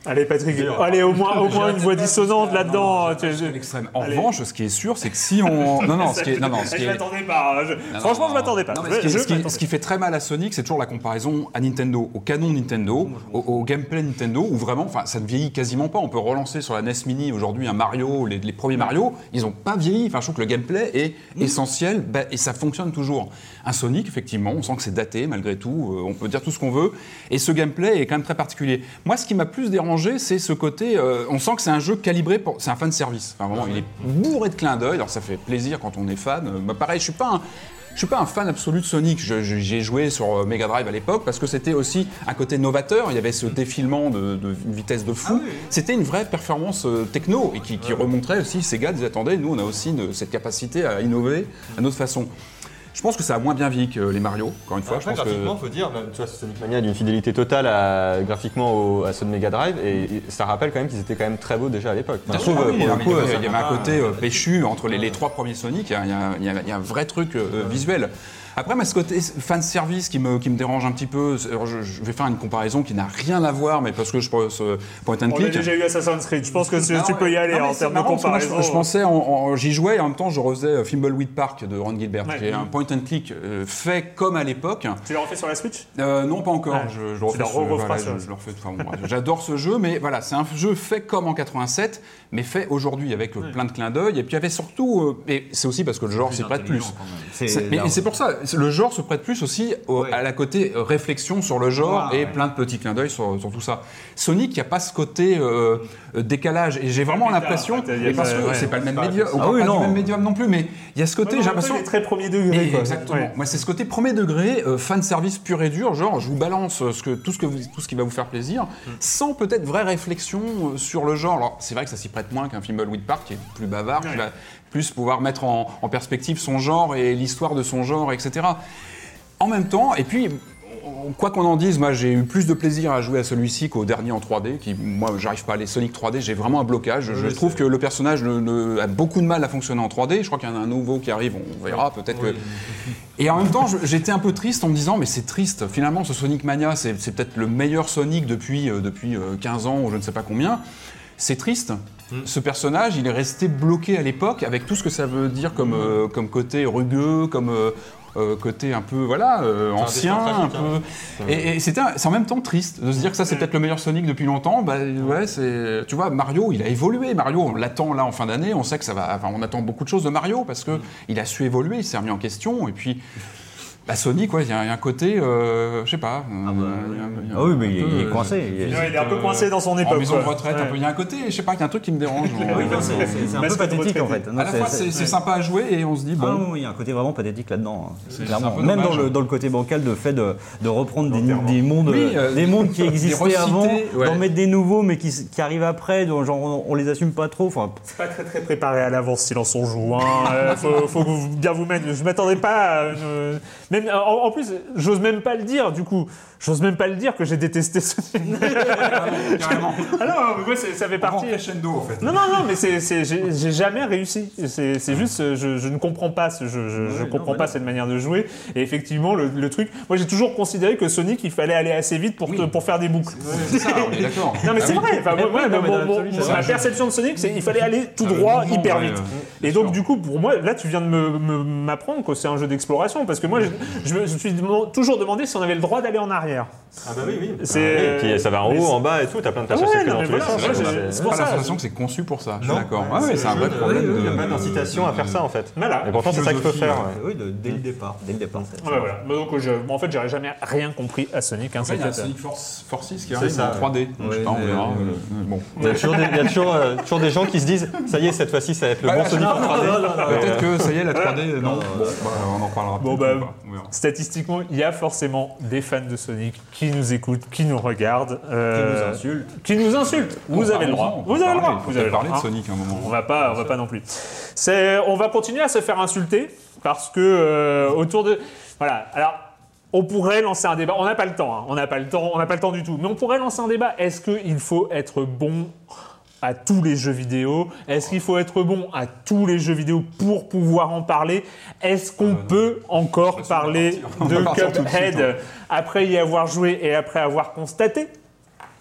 Allez Patrick, allez au moins, au moins une voix dissonante là-dedans. Non, non, l'extrême. En allez. revanche, ce qui est sûr, c'est que si on, non non, ce qui est, non non, ce qui je est... m'attendais pas. Je... Non, Franchement, non, je m'attendais pas. Non, ce, qui est, ce, qui, ce qui fait très mal à Sonic, c'est toujours la comparaison à Nintendo, au canon Nintendo, au, au gameplay Nintendo, où vraiment, enfin, ça ne vieillit quasiment pas. On peut relancer sur la N E S Mini aujourd'hui un Mario, les, les premiers Mario, ils n'ont pas vieilli. Enfin, je trouve que le gameplay est mmh. essentiel bah, et ça fonctionne toujours. Un Sonic, effectivement, on sent que c'est daté malgré tout. Euh, on peut dire tout ce qu'on veut, et ce gameplay est quand même très particulier. Moi, ce qui m'a plus dérangé, c'est ce côté. Euh, on sent que c'est un jeu calibré pour. C'est un fan service. Enfin, vraiment, il est bourré de clins d'œil. Alors, ça fait plaisir quand on est fan. Euh, bah, pareil, je suis pas un. Je suis pas un fan absolu de Sonic. Je, je, j'ai joué sur Mega Drive à l'époque parce que c'était aussi un côté novateur. Il y avait ce défilement de, de vitesse de fou. Ah oui. C'était une vraie performance euh, techno et qui, qui ouais. remontrait aussi. Sega disait attendez, nous on a aussi une, cette capacité à innover à notre façon. Je pense que ça a moins bien vieilli que les Mario, encore une fois. Après, je pense graphiquement, il que... faut dire, tu vois, Sonic Mania a d'une fidélité totale à, graphiquement au, à ceux de Mega Drive, et, et ça rappelle quand même qu'ils étaient quand même très beaux déjà à l'époque. Enfin, trouve, oui, il, coup, il y avait un côté euh, péchu entre les, les trois premiers Sonic, il y a, il y a, il y a, il y a un vrai truc euh, visuel. Après, moi, ce côté fan service qui me, qui me dérange un petit peu, alors je, je vais faire une comparaison qui n'a rien à voir, mais parce que je pense euh, point and click. On a déjà eu Assassin's Creed, je pense que tu, tu peux y aller non, en termes de comparaison. Moi, je, je pensais, en, en, j'y jouais et en même temps, je refaisais Thimbleweed Park de Ron Gilbert, ouais. qui est un point and click euh, fait comme à l'époque. Tu l'as refait sur la Switch ? euh, Non, pas encore. Ouais. Je, je, refais ce, voilà, je, je le refais. Enfin, bon, j'adore ce jeu, mais voilà, c'est un jeu fait comme en quatre-vingt-sept, mais fait aujourd'hui avec ouais. plein de clins d'œil. Et puis il y avait surtout, euh, et c'est aussi parce que le genre s'y prête plus. C'est, c'est, mais, et c'est pour ça, le genre se prête plus aussi au, ouais. à la côté euh, réflexion sur le genre ouais, et ouais. plein de petits clins d'œil sur, sur tout ça. Sonic, il n'y a pas ce côté euh, décalage et j'ai vraiment l'impression, et parce que ouais, c'est pas le même médium, ah, oui, pas non. du même médium non plus, mais il y a ce côté, ouais, j'ai l'impression, très premier degré. Quoi. Exactement. Ouais. Moi, c'est ce côté premier degré, euh, fan service pur et dur, genre je vous balance ce que, tout ce que vous, tout ce qui va vous faire plaisir, mm. sans peut-être vraie réflexion euh, sur le genre. Alors c'est vrai que ça s'y prête moins qu'un Thimbleweed Park qui est plus bavard, ouais. qui va plus pouvoir mettre en, en perspective son genre et l'histoire de son genre, et cetera. En même temps, et puis, quoi qu'on en dise, moi j'ai eu plus de plaisir à jouer à celui-ci qu'au dernier en trois D, qui, moi j'arrive pas à aller Sonic trois D, j'ai vraiment un blocage. Oui, je trouve que le personnage ne, ne, a beaucoup de mal à fonctionner en trois D, je crois qu'il y en a un nouveau qui arrive, on verra peut-être oui. que... Et en même temps, je, j'étais un peu triste en me disant, mais c'est triste, finalement ce Sonic Mania, c'est, c'est peut-être le meilleur Sonic depuis, euh, depuis euh, quinze ans ou je ne sais pas combien. C'est triste. Mmh. Ce personnage, il est resté bloqué à l'époque avec tout ce que ça veut dire comme, mmh. euh, comme côté rugueux, comme... Euh, Euh, côté un peu voilà euh, ancien un, un peu hein. et, et c'était un, c'est en même temps triste de se dire que ça c'est peut-être le meilleur Sonic depuis longtemps. Bah ouais, c'est tu vois, Mario il a évolué. Mario on l'attend là en fin d'année, on sait que ça va, enfin on attend beaucoup de choses de Mario parce que il a su évoluer, il s'est remis en question et puis bah Sonic, ouais, il y, y a un côté, euh, je sais pas. Ah, bah, y a, y a ah oui, mais il, peu, il est coincé. Il est, il est un peu coincé dans son époque. En maison de retraite, ouais. un peu. Il y a un côté, je sais pas, il y a un truc qui me dérange. Oui, non, c'est, c'est, c'est un peu pathétique en fait. Non, à la c'est, fois, c'est, c'est, c'est sympa à jouer et on se dit bon. Ah, oui, il y a un côté vraiment pathétique là-dedans. C'est, clairement. C'est Même dans le, dans le côté bancal, de fait de, de reprendre des, des mondes, oui, euh, des mondes qui existaient avant, ouais. d'en mettre des nouveaux, mais qui, qui arrivent après, dont genre on, on les assume pas trop. Enfin, c'est pas très très préparé à l'avance, silence on joue. Hein. euh, faut, faut bien vous mettre. Je m'attendais pas. À une... Même en, en plus. J'ose même pas le dire, du coup. J'ose même pas le dire que j'ai détesté ce film. Carrément. Ah non, mais moi, c'est, ça fait partie. Crescendo, en fait. Non, non, non, mais c'est, c'est, j'ai, j'ai jamais réussi. C'est, c'est juste, je, je ne comprends pas ce jeu. Je, je ouais, comprends non, pas non. cette manière de jouer. Et effectivement, le, le truc. Moi, j'ai toujours considéré que Sonic, il fallait aller assez vite pour, oui. te, pour faire des boucles. C'est, c'est ça, on est d'accord. Non, mais ah, c'est oui. vrai. Enfin, moi, moi, mon, mon, mon, mon, ma perception de Sonic, c'est qu'il fallait aller tout droit, moment, hyper ouais, vite. Ouais, et donc, sûr. Du coup, pour moi, là, tu viens de me, me, m'apprendre que c'est un jeu d'exploration. Parce que moi, je, je me suis toujours demandé si on avait le droit d'aller en arrière. Ah bah oui, oui. C'est... Et puis ça va en haut, en bas et tout, t'as plein de personnes ouais, dans tous les sens. C'est pour ça. J'ai l'impression que c'est conçu pour ça, je suis d'accord. Ah oui, c'est un vrai problème. Il n'y a pas d'incitation à faire ça en fait. Voilà. Et pourtant, c'est ça qu'il faut faire. Oui, dès le départ. Dès le départ. Donc, en fait, j'aurais jamais rien compris à Sonic. Il y a Sonic Force six qui arrive en trois D. Je sais pas, on verra. Il y a toujours des gens qui se disent, ça y est, cette fois-ci, ça va être le bon Sonic en trois D. Peut-être que ça y est, la trois D, non. On en parlera. Bon, bah, statistiquement, il y a forcément des fans de Sonic qui nous écoutent, qui nous regardent, euh, qui nous insultent. Qui nous insultent. Vous avez le droit. Vous avez le droit. Vous avez parlé de Sonic à un moment. On va pas, on va pas non plus. C'est, on va continuer à se faire insulter parce que euh, autour de, voilà. Alors, on pourrait lancer un débat. On n'a pas le temps. Hein. On n'a pas le temps. On n'a pas le temps du tout. Mais on pourrait lancer un débat. Est-ce qu'il faut être bon à tous les jeux vidéo? Est-ce qu'il faut être bon à tous les jeux vidéo pour pouvoir en parler? Est-ce qu'on euh, peut encore parler de Cuphead après y avoir joué et après avoir constaté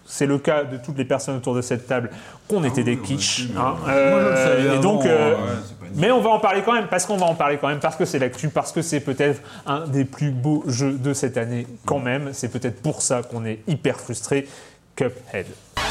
c'est le cas de toutes les personnes autour de cette table, qu'on était des quiches. Hein. Moi, je le savais et avant, donc, euh, ouais, c'est pas une- mais on va en parler quand même, parce qu'on va en parler quand même, parce que c'est l'actu, parce que c'est peut-être un des plus beaux jeux de cette année quand même. C'est peut-être pour ça qu'on est hyper frustré. Cuphead.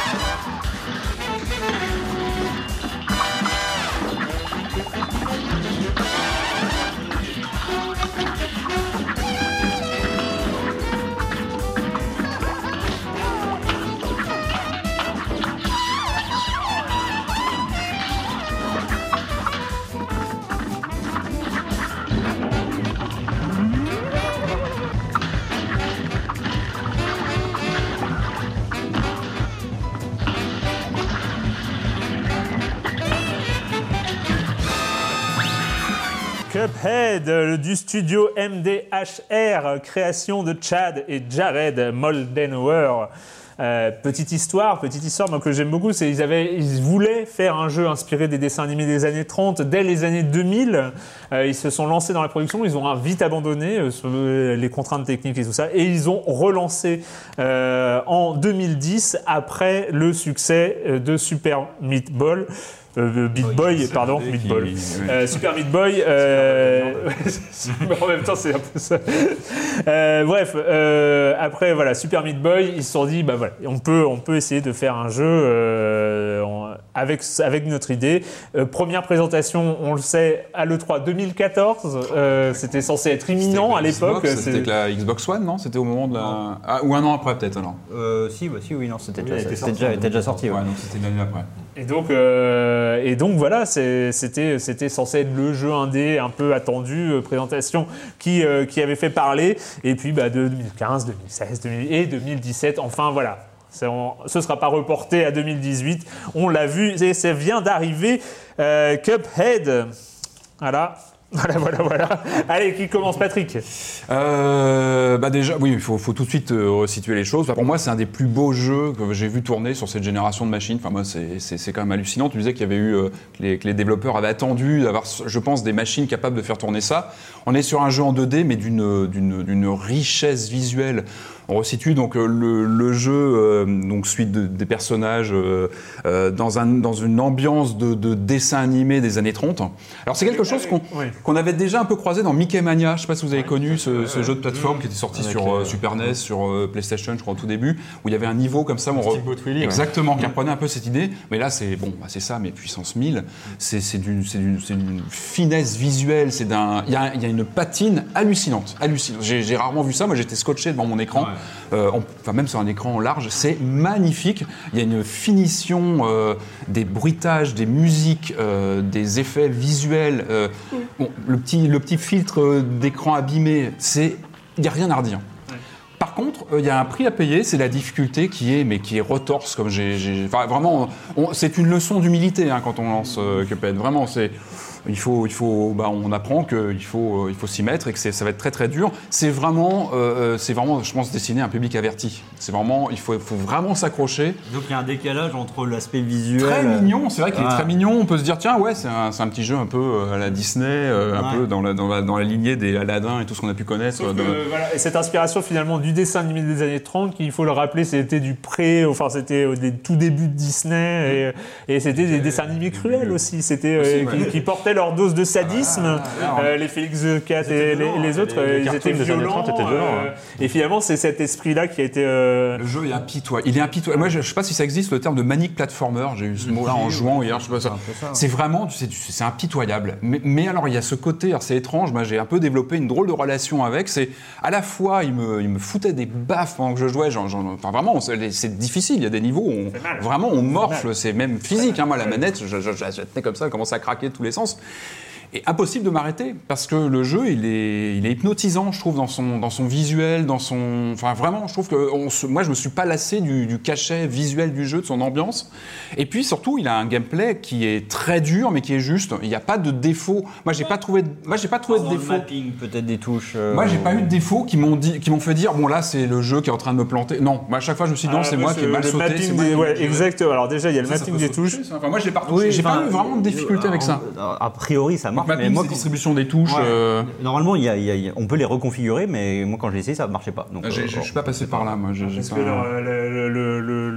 Cuphead, euh, du studio M D H R, création de Chad et Jared Moldenhauer. Euh, petite histoire, petite histoire moi, que j'aime beaucoup, c'est qu'ils avaient, ils voulaient faire un jeu inspiré des dessins animés des années trente, dès les années deux mille. Euh, ils se sont lancés dans la production, ils ont vite abandonné euh, sur les contraintes techniques et tout ça, et ils ont relancé euh, en deux mille dix après le succès de Super Meat Ball. Euh, Beat Oh, Boy, c'est pardon, le Meat qui- Ball. ouais. Euh, Super Meat Boy. Euh... mais en même temps, c'est un peu ça. Euh, bref, euh, après, voilà, Super Meat Boy, ils se sont dit, bah voilà, on peut, on peut essayer de faire un jeu euh, en- avec, avec notre idée. Euh, première présentation, on le sait, à l'E trois deux mille quatorze. Euh, c'était censé être imminent à C'était l'époque. Xbox, C'est- C'était que la Xbox One, non? C'était au moment de la. Ah, ou un an après, peut-être alors. Euh, si, bah, si, oui, non, c'était Oui, déjà, elle était c'était sortie déjà, en était déjà sorti. Ouais. Ouais, donc c'était l'année après. Et donc, euh, et donc voilà, c'est- c'était, c'était censé être le jeu indé un peu attendu, euh, présentation qui, euh, qui avait fait parler. Et puis bah, de deux mille quinze, deux mille seize deux mille et deux mille dix-sept, enfin voilà. C'est en- ce ne sera pas reporté à deux mille dix-huit. On l'a vu et ça vient d'arriver. Euh, Cuphead. Voilà. Voilà, voilà, voilà. Allez, qui commence, Patrick? Euh, bah déjà, oui, il faut, faut tout de suite euh, resituer les choses. Enfin, pour moi, c'est un des plus beaux jeux que j'ai vu tourner sur cette génération de machines. Enfin, moi, c'est, c'est, c'est quand même hallucinant. Tu disais qu'il y avait eu, euh, que, les, que les développeurs avaient attendu d'avoir, je pense, des machines capables de faire tourner ça. On est sur un jeu en deux D, mais d'une, d'une, d'une richesse visuelle. On resitue donc euh, le, le jeu, euh, donc suite de, des personnages euh, euh, dans, un, dans une ambiance de, de dessin animé des années trente. Alors c'est quelque chose qu'on, Oui. qu'on avait déjà un peu croisé dans Mickey Mania. Je ne sais pas si vous avez connu ce, ce jeu de plateforme qui était sorti Avec, sur euh, euh, Super N E S, sur euh, PlayStation, je crois au tout début, où il y avait un niveau comme ça. où on re- Steamboat Willie, ouais. Exactement, qui reprenait un peu cette idée. Mais là, c'est bon, bah, c'est ça, mais puissance mille. C'est, c'est d'une, c'est d'une, c'est d'une finesse visuelle. C'est d'un, il y a, il y a une patine hallucinante, hallucinante. J'ai, j'ai rarement vu ça. Moi, j'étais scotché devant mon écran. Euh, en- enfin même sur un écran large, c'est magnifique. Il y a une finition, euh, des bruitages, des musiques, euh, des effets visuels. euh, bon, le petit, le petit filtre euh, d'écran abîmé, c'est, il n'y a rien à redire. Par contre, il euh, y a un prix à payer, c'est la difficulté qui est, mais qui est retorse, comme j'ai, j'ai- enfin vraiment, on- c'est une leçon d'humilité hein, quand on lance euh, Cuphead. Vraiment, c'est, il faut, il faut, bah, on apprend qu'il faut, euh, il faut s'y mettre et que c'est, ça va être très très dur. C'est vraiment, euh, c'est vraiment, je pense, destiné à un public averti. C'est vraiment, il faut, il faut vraiment s'accrocher. Donc il y a un décalage entre l'aspect visuel. Très mignon, c'est vrai qu'il est Ah. très mignon. On peut se dire, tiens, ouais, c'est un, c'est un petit jeu un peu euh, à la Disney, euh, un Ouais. peu dans la, dans, la, dans la lignée des Aladdin et tout ce qu'on a pu connaître. Sauf euh, que, de- voilà, et cette inspiration finalement du dessin animé des années trente, qu'il faut le rappeler, c'était du pré, enfin c'était au dé- tout début de Disney, et, et c'était des dessins animés cruels aussi, c'était Aussi, euh, ouais. qui, qui portaient leur dose de sadisme. Ah, ah, ah. Euh, les Félix the Cat et les, les autres, Les- les euh, ils cartoons étaient des années violents. trente étaient violents, euh, Et finalement, c'est cet esprit-là qui a été. euh, Le jeu est impitoyable. Il est impitoyable. Moi, je ne sais pas si ça existe le terme de manic platformer. J'ai eu ce mot-là en jouant hier. Je sais pas ça. un peu ça, ouais. C'est vraiment, c'est, c'est impitoyable. Mais, mais alors, il y a ce côté. Alors, c'est étrange. Moi, j'ai un peu développé une drôle de relation avec. C'est à la fois, il me, il me foutait des baffes pendant que je jouais. Genre, genre, enfin, vraiment, c'est, c'est difficile. Il y a des niveaux où on, mal. vraiment on morfle. mal. C'est même physique. Hein. Moi, la manette, je, je, je, je la tenais comme ça, elle commençait à craquer de tous les sens. Et impossible de m'arrêter parce que le jeu il est, il est hypnotisant je trouve dans son, dans son visuel, dans son, enfin vraiment je trouve que on se, moi je me suis pas lassé du, du cachet visuel du jeu, de son ambiance. Et puis surtout il a un gameplay qui est très dur mais qui est juste. Il n'y a pas de défaut. Moi j'ai pas trouvé, de- moi j'ai pas trouvé de Dans le défaut. mapping, peut-être des touches. euh, Moi j'ai pas eu de défaut qui m'ont dit, qui m'ont fait dire bon là c'est le jeu qui est en train de me planter. Non, moi à chaque fois je me suis dit non ah, c'est moi, moi qui ai mal le sauté. mapping c'est moi des- qui- ouais, qui- exactement. Alors déjà, il y a le Ça, ça mapping peut des se touches. toucher, ça. Enfin moi je l'ai pas retouché. Oui, J'ai pas enfin, eu vraiment de difficulté euh, avec ça. euh, A priori, ça marche. Mapping, Mais moi, c'est quand- distribution des touches. Ouais. euh, Normalement, il y a- il y a- il y a- on peut les reconfigurer, mais moi, quand je l'ai essayé, ça ne marchait pas. Donc, j'ai- euh, Je suis pas passé par là moi. j'ai- j'ai Parce pas- que le, le- le- le- le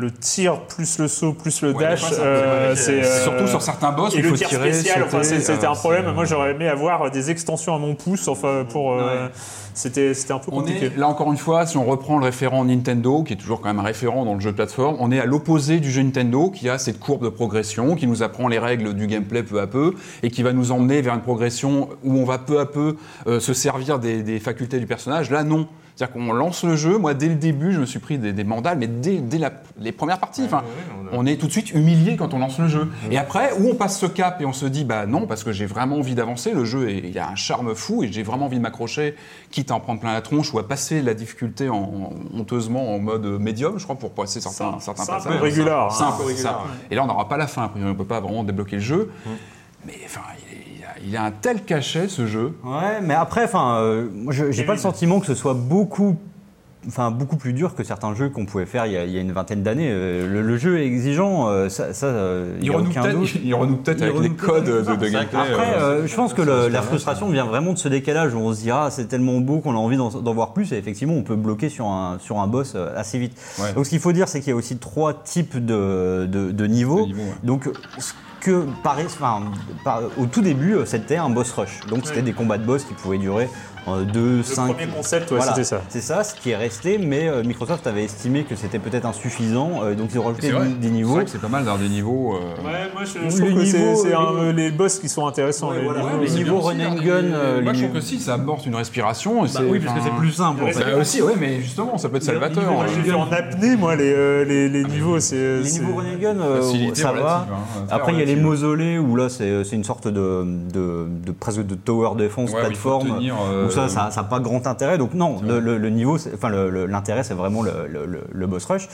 le tir plus le saut plus le Ouais, dash, des fois, ça- euh, c'est- c'est euh, surtout sur certains boss où et il le faut tir tirer, spécial. Enfin, sauter, c'est- c'était euh, un problème. c'est- Moi, j'aurais aimé avoir des extensions à mon pouce. Enfin, pour euh, Ouais. c'était c'était un peu On compliqué. est, là encore une fois, si on reprend le référent Nintendo, qui est toujours quand même un référent dans le jeu de plateforme, on est à l'opposé du jeu Nintendo, qui a cette courbe de progression, qui nous apprend les règles du gameplay peu à peu, et qui va nous emmener vers une progression où on va peu à peu euh, se servir des, des facultés du personnage. Là, non. C'est-à-dire qu'on lance le jeu, moi dès le début je me suis pris des, des mandales, mais dès, dès la, les premières parties, enfin, on est tout de suite humilié quand on lance le jeu. Et après, où on passe ce cap et on se dit, bah non, parce que j'ai vraiment envie d'avancer, le jeu, est- il a un charme fou et j'ai vraiment envie de m'accrocher, quitte à en prendre plein la tronche ou à passer la difficulté en, en- honteusement en mode médium, je crois, pour passer certains, C'est- certains c'est un passages. peu régulier, hein. C'est un peu C'est régulier. ça. Et là, on n'aura pas la fin, a priori, on ne peut pas vraiment débloquer le jeu. Mais enfin, il, est- il a, il a un tel cachet, ce jeu. Ouais, mais après, enfin, euh, moi, je- j'ai pas le sentiment que ce soit beaucoup, enfin, beaucoup plus dur que certains jeux qu'on pouvait faire il y a, il y a une vingtaine d'années. Euh, le, le jeu est exigeant, euh, ça, ça euh, il Il y a renoue aucun peut-être doute. il renoue peut-être Il avec les renoue peut-être codes de, avec ça. de gameplay. Après, euh, euh, je pense que le- la frustration vient vraiment de ce décalage où on se dira ah, c'est tellement beau qu'on a envie d'en, d'en voir plus et effectivement on peut bloquer sur un, sur un boss euh, assez vite. Ouais. Donc ce qu'il faut dire c'est qu'il y a aussi trois types de, de, de niveaux. De niveaux, ouais. Donc ce que par, enfin, par- au tout début euh, c'était un boss rush. Donc c'était Ouais. des combats de boss qui pouvaient durer deux, Le cinq... premier concept, ouais, Voilà, c'était ça. c'est ça, ce qui est resté, mais euh, Microsoft avait estimé que c'était peut-être insuffisant, euh, donc ils ont rajouté C'est vrai, des, des c'est niveaux. vrai que c'est pas mal d'avoir des niveaux. euh, Ouais, moi je, je Le trouve que c'est, niveau, c'est un- les- les boss qui sont intéressants. Ouais, les voilà. niveaux, Ouais, euh, les c'est niveaux bien aussi, run and hein, gun, les- euh, Moi, les je trouve niveaux- que si, ça amorce une respiration. Et Bah c'est, oui, parce que enfin, c'est plus simple en Ouais, fait. Bah aussi, ouais, mais justement, ça peut être salvateur. niveaux Moi, hein. j'ai vu en apnée, moi, les, euh, les, les niveaux. C'est, Les c'est- niveaux run and gun, euh, Facilité ça relative, va. hein, très Après, il y a les relative. mausolées où là, c'est, c'est une sorte de, de, de presque de tower defense, Ouais, où il faut plateforme. tenir, euh, où ça, ça n'a pas grand intérêt. Donc non, le, le- le niveau, c'est- enfin le- le- l'intérêt, c'est vraiment le, le- le- le boss rush.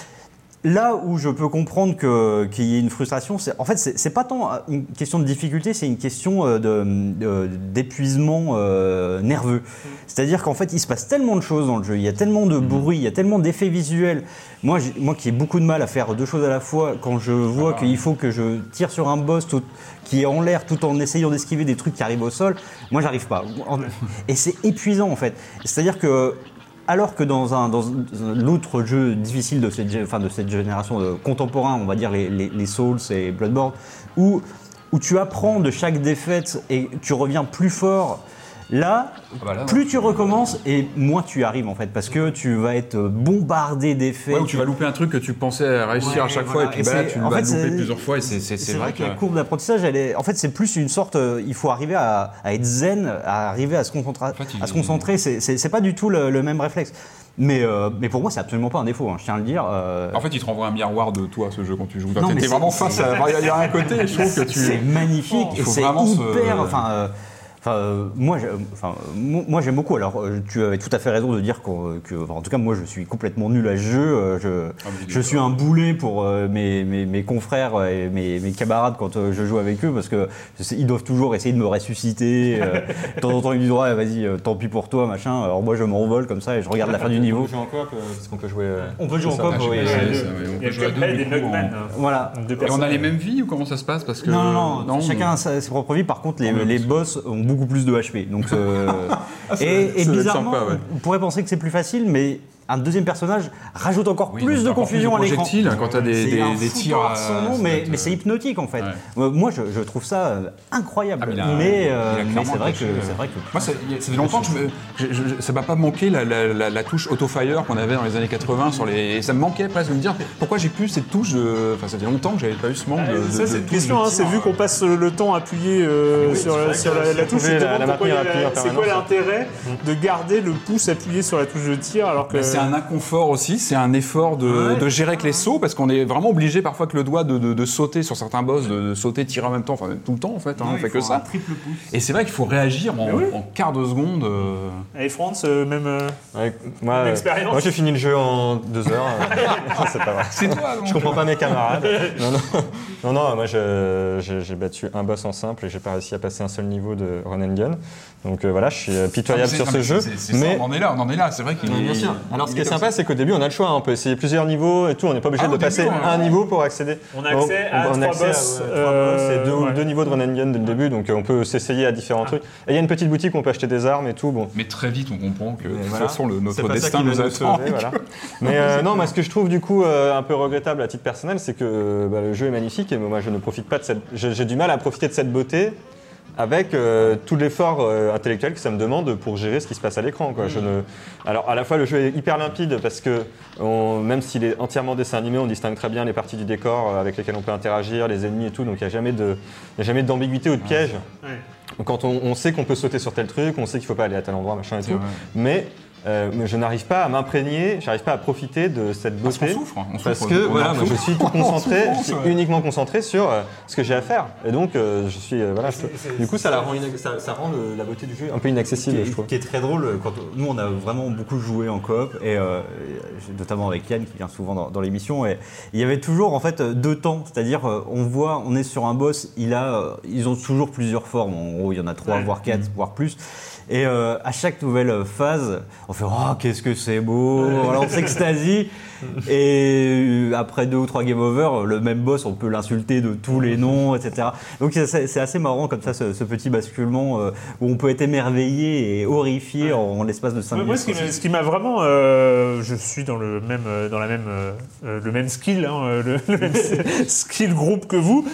Là où je peux comprendre que, qu'il y ait une frustration, c'est en fait c'est, c'est pas tant une question de difficulté, c'est une question euh, de, de- d'épuisement euh, nerveux. C'est-à-dire qu'en fait il se passe tellement de choses dans le jeu, il y a tellement de bruit, il y a tellement d'effets visuels. Moi, j'ai- moi qui ai beaucoup de mal à faire deux choses à la fois, quand je vois Ah. qu'il faut que je tire sur un boss tout- qui est en l'air tout en essayant d'esquiver des trucs qui arrivent au sol, moi j'arrive pas. Et c'est épuisant en fait. C'est-à-dire que alors que dans, un, dans un- l'autre jeu difficile de cette, gé- enfin de cette génération de contemporain, on va dire les, les, les Souls et Bloodborne, où, où tu apprends de chaque défaite et tu reviens plus fort, là, Ah bah là, non. plus tu recommences et moins tu y arrives en fait, parce que tu vas être bombardé d'effets. Ouais, où tu vas louper un truc que tu pensais réussir Ouais, à chaque voilà. fois, et puis Et bah, là, c'est- tu en vas fait, louper c'est- plusieurs fois, et c'est, c'est, C'est, c'est vrai, vrai que la que. courbe d'apprentissage, elle est, en fait, c'est plus une sorte. euh, il faut arriver à, à être zen, à arriver à se concentrer. fait, il- à se concentrer. C'est, c'est, c'est pas du tout le, le même réflexe. Mais, euh, mais pour moi, c'est absolument pas un défaut. Hein, je tiens à le dire. euh, En fait, il te renvoie un miroir de toi, ce jeu, quand tu joues. Non, T'es mais t'es c'est- vraiment face à. Il y a- il y a un côté, je trouve que tu. c'est magnifique. Il et faut c'est vraiment se- hyper. Enfin. euh, Enfin, euh, moi, j'ai- enfin, mo- moi j'aime beaucoup. Alors, euh, tu avais tout à fait raison de dire qu'on- que, enfin, en tout cas, moi, je suis complètement nul à ce jeu. Euh, Je, Ah, mais je suis un boulet pour euh, mes, mes, mes confrères et mes, mes camarades quand euh, je joue avec eux, parce que je sais, ils doivent toujours essayer de me ressusciter. euh, de temps en temps, ils me disent ouais, vas-y, euh, tant pis pour toi, machin. Alors moi, je m'envole comme ça et je regarde la fin du niveau. On peut jouer en coop, euh, parce qu'on peut jouer. euh, On peut jouer en ça. coop, Ah, je sais oui. pas, euh, c'est- Ouais, ça, le- ouais, on il y peut a jouer à deux, Cuphead du et coup, Mugman. en- Voilà. Deux Et on personnes. a les mêmes vies ou comment ça se passe parce que Non, non, non, chacun mais- a sa- ses propres vies. Par contre, les, Ouais, les parce boss ont beaucoup plus de H P. Donc, euh, et, et ça doit être bizarrement, sympa, ouais. on pourrait penser que c'est plus facile, mais un deuxième personnage rajoute encore Oui, plus de encore confusion à plus de l'écran. projectiles, quand t'as des, C'est des, un des foutoir tirs. à- sans nom, ça mais, doit être, mais c'est hypnotique en fait. ouais. Euh, Moi, je, je trouve ça euh, incroyable. Ah, mais il a- mais il a euh, mais clairement c'est vrai que caché, euh, c'est vrai que. Moi, ça, y a- ça fait longtemps que je me, je- je- ça m'a pas manqué la, la, la, la touche auto-fire qu'on avait dans les années quatre-vingts sur les. Et ça me manquait presque de me dire pourquoi j'ai plus cette touche de. Enfin, ça fait longtemps que j'avais pas eu ce manque de. Euh, de- ça, de c'est une touche question, de hein, c'est tir. vu qu'on passe le temps appuyé euh, oui, sur, c'est la, vrai sur que la, si la on touche. pouvait je me la- demande la pourquoi il y a maintenir la- appuyée en C'est quoi permanence. l'intérêt de garder le pouce appuyé sur la touche de tir alors que. Mais c'est un inconfort aussi, c'est un effort de, Ouais. de gérer avec les sauts parce qu'on est vraiment obligé parfois que le doigt de, de, de sauter sur certains boss, de, de sauter, tirer en même temps, enfin tout le temps en fait, hein, on fait que ça. Triple pouce. Et c'est vrai qu'il faut réagir en, Mais oui. en quart de seconde. euh, Allez, France, euh, même. euh, Ouais, moi, Une euh, expérience. moi j'ai fini le jeu en deux heures. euh, c'est pas vrai. C'est toi, donc. Je comprends pas mes camarades. Non, non, non, non moi je- j'ai j'ai battu un boss en simple et j'ai pas réussi à passer un seul niveau de run and gun. Donc euh, voilà, je suis euh, pitoyable C'est- sur non, ce mais jeu. c'est- c'est ça, mais on en est là, on en est là. C'est vrai qu'il Bien est. sûr. Alors, Alors, ce qui est sympa, c'est qu'au début, on a le choix. Hein. On peut essayer plusieurs niveaux et tout. On n'est pas obligé Ah, de au passer début, ouais. un niveau pour accéder. On a accès on, à on trois a accès boss, à, ouais, euh, trois boss et deux, ouais. deux niveaux de run and gun dès le début. Donc, on peut s'essayer à différents Ah. trucs. Et il y a une petite boutique où on peut acheter des armes et tout. Bon. Mais très vite, on comprend que de toute Voilà. façon, le, C'est notre pas ça destin qui va nous attend. sauver, voilà. Mais euh, non, moi, ce que je trouve du coup euh, un peu regrettable à titre personnel, c'est que euh, bah, le jeu est magnifique et moi, je ne profite pas de cette. J'ai, j'ai du mal à profiter de cette beauté. Avec euh, tout l'effort euh, intellectuel que ça me demande pour gérer ce qui se passe à l'écran. Quoi. Je ne... Alors à la fois le jeu est hyper limpide parce que on... même s'il est entièrement dessin animé, on distingue très bien les parties du décor euh, avec lesquelles on peut interagir, les ennemis et tout, donc il n'y a jamais de... il y a jamais d'ambiguïté ou de piège. Ouais. Donc, quand on, on sait qu'on peut sauter sur tel truc, on sait qu'il ne faut pas aller à tel endroit, machin et C'est tout, vrai. mais euh, mais je n'arrive pas à m'imprégner, j'arrive pas à profiter de cette Parce qu'on beauté. souffre. On Parce souffre, que on voilà, en moi, je souffre. suis tout concentré, En je suis souffrance, ouais. uniquement concentré sur euh, ce que j'ai à faire. Et donc, euh, je suis, euh, voilà, je- C'est- c'est- du coup, ça, c'est la ça. rend inac- ça, ça rend le- la beauté du jeu un peu qui inaccessible, est, je trouve. qui est très drôle, quand on- nous on a vraiment beaucoup joué en coop, et euh, notamment avec Yann qui vient souvent dans, dans l'émission, et il y avait toujours en fait deux temps, c'est-à-dire euh, on voit, on est sur un boss, il a, euh, ils ont toujours plusieurs formes, en gros il y en a trois, Ouais. voire quatre, voire plus. Et euh, à chaque nouvelle phase, on fait oh qu'est-ce que c'est beau, alors on s'extasie. Et après deux ou trois game over, le même boss, on peut l'insulter de tous les noms, et cetera. Donc c'est, c'est assez marrant comme ça, ce, ce petit basculement euh, où on peut être émerveillé et horrifié en, en l'espace de cinq Moi, minutes. ce qui m'a, ce qui m'a vraiment, euh, je suis dans le même, euh, dans la même, euh, euh, le même skill, hein, euh, le, le même skill groupe que vous.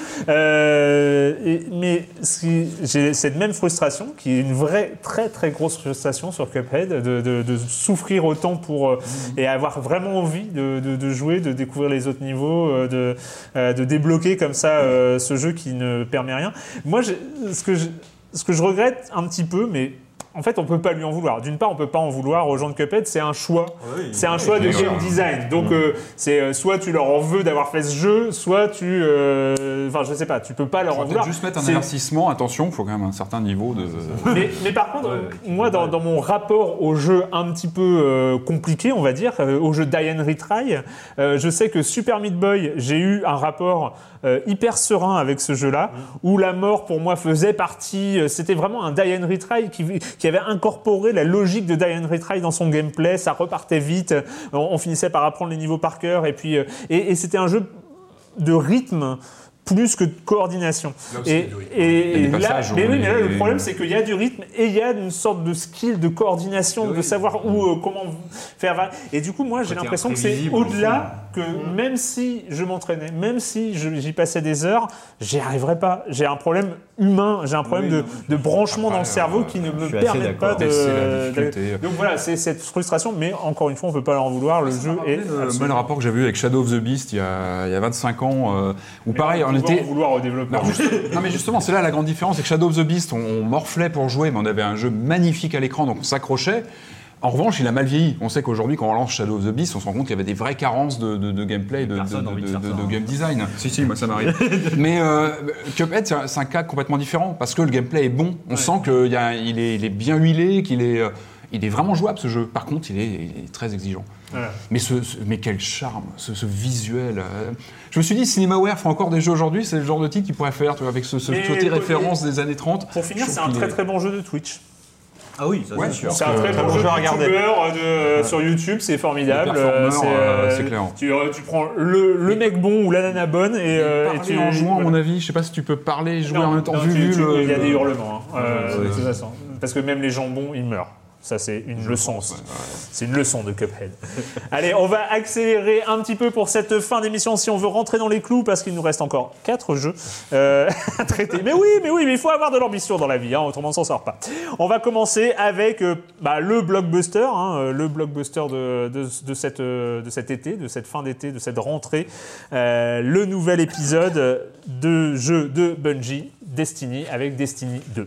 Euh, et- mais ce qui- j'ai cette même frustration, qui est une vraie, très très grosse frustration sur Cuphead, de, de, de souffrir autant pour euh, et avoir vraiment envie de, de, de jouer, de découvrir les autres niveaux, euh, de, euh, de débloquer comme ça euh, ce jeu qui ne permet rien. Moi, j'ai- ce que je, ce que je regrette un petit peu, mais en fait, on peut pas lui en vouloir. D'une part, on peut pas en vouloir aux gens de Cuphead, c'est un choix. Oui, c'est un choix de oui, game oui. design. Donc, euh, c'est euh, soit tu leur en veux d'avoir fait ce jeu, soit tu, euh, enfin, je sais pas, tu peux pas leur On en va vouloir. peut-être juste mettre un C'est- avertissement. Attention, il faut quand même un certain niveau de. mais, mais par contre, moi, dans, dans mon rapport au jeu un petit peu euh, compliqué, on va dire, euh, au jeu Die and Retry, euh, je sais que Super Meat Boy, j'ai eu un rapport euh, hyper serein avec ce jeu-là, où la mort, pour moi, faisait partie... euh, c'était vraiment un Die and Retry qui, qui avait incorporé la logique de Die and Retry dans son gameplay, ça repartait vite, on, on finissait par apprendre les niveaux par cœur, et puis... euh, et, et c'était un jeu de rythme plus que de coordination. Là aussi, Et, il y a du rythme. et- Il y a des et là, passages où mais oui, mais là, les- le problème, c'est qu'il y a du rythme et il y a une sorte de skill, de coordination, de savoir où, euh, comment faire. Et du coup, moi, j'ai Côté l'impression que c'est imprévisible au-delà que même si je m'entraînais, même si je- j'y passais des heures, j'y arriverais pas. J'ai un problème humain, j'ai un problème Oui, de, non, de branchement Après, dans le cerveau euh, qui ne me suis assez permet pas d'accord. de. C'est la de- difficulté. Donc voilà, c'est cette frustration, mais encore une fois, on ne peut pas leur en vouloir. Le jeu est. Le, moi, le absolument- rapport que j'ai vu avec Shadow of the Beast il y a, il y a vingt-cinq ans, euh, où Mais pareil, on on peut pas était. en vouloir aux développeurs. Non, juste- non, mais justement, c'est là la grande différence, c'est que Shadow of the Beast, on, on morflait pour jouer, mais on avait un jeu magnifique à l'écran, donc on s'accrochait. En revanche, il a mal vieilli. On sait qu'aujourd'hui, quand on lance Shadow of the Beast, on se rend compte qu'il y avait des vraies carences de, de, de gameplay, de, de, Personne n'a envie de de- faire de- ça, de hein. game design. Si, si, moi ça m'arrive. Mais euh, Cuphead, c'est un, c'est un cas complètement différent, parce que le gameplay est bon. On sent qu'il y a- il est, il est bien huilé, qu'il est, euh, il est vraiment jouable ce jeu. Par contre, il est, il est très exigeant. Voilà. Mais, ce, ce- mais quel charme, ce, ce visuel. euh. Je me suis dit, Cinemaware fait encore des jeux aujourd'hui, c'est le genre de titre qu'ils pourraient faire, tu vois, avec ce, ce Mais côté pour- référence des années trente. Pour finir, Je c'est trouve un qu'il très est- très bon jeu de Twitch. Ah oui, ça Ouais, c'est sûr. C'est un très très bon bon jeu jeu à de regarder. youtubeur de, euh, sur YouTube, c'est formidable. Le performeur, Euh, c'est, euh, c'est clair. Tu, euh, tu prends le, le mec bon ou la nana bonne et, euh, et Parler tu en jouant, à voilà. mon avis, je sais pas si tu peux parler et jouer Non, en même temps. non, vu, tu- vu tu- le- il y a le- des hurlements, hein, euh, Ouais, de ouais. toute façon. Parce que même les jambons, ils meurent. Ça, c'est une leçon. aussi. C'est une leçon de Cuphead. Allez, on va accélérer un petit peu pour cette fin d'émission si on veut rentrer dans les clous, parce qu'il nous reste encore quatre jeux euh, à traiter. Mais oui, mais oui, mais il faut avoir de l'ambition dans la vie, hein, autrement on s'en sort pas. On va commencer avec euh, bah, le blockbuster, hein, euh, le blockbuster de, de, de, cette, euh, de cet été, de cette fin d'été, de cette rentrée. Euh, le nouvel épisode de jeu de Bungie, Destiny, avec Destiny deux.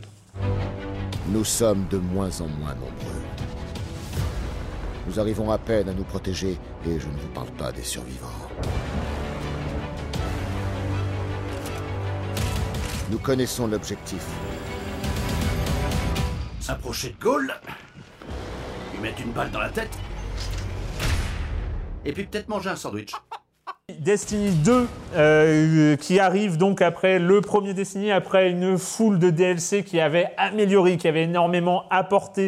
Nous sommes de moins en moins nombreux. Nous arrivons à peine à nous protéger, et je ne vous parle pas des survivants. Nous connaissons l'objectif. S'approcher de Gaulle, lui mettre une balle dans la tête, et puis peut-être manger un sandwich. Destiny deux euh, qui arrive donc après le premier Destiny, après une foule de D L C qui avait amélioré, qui avait énormément apporté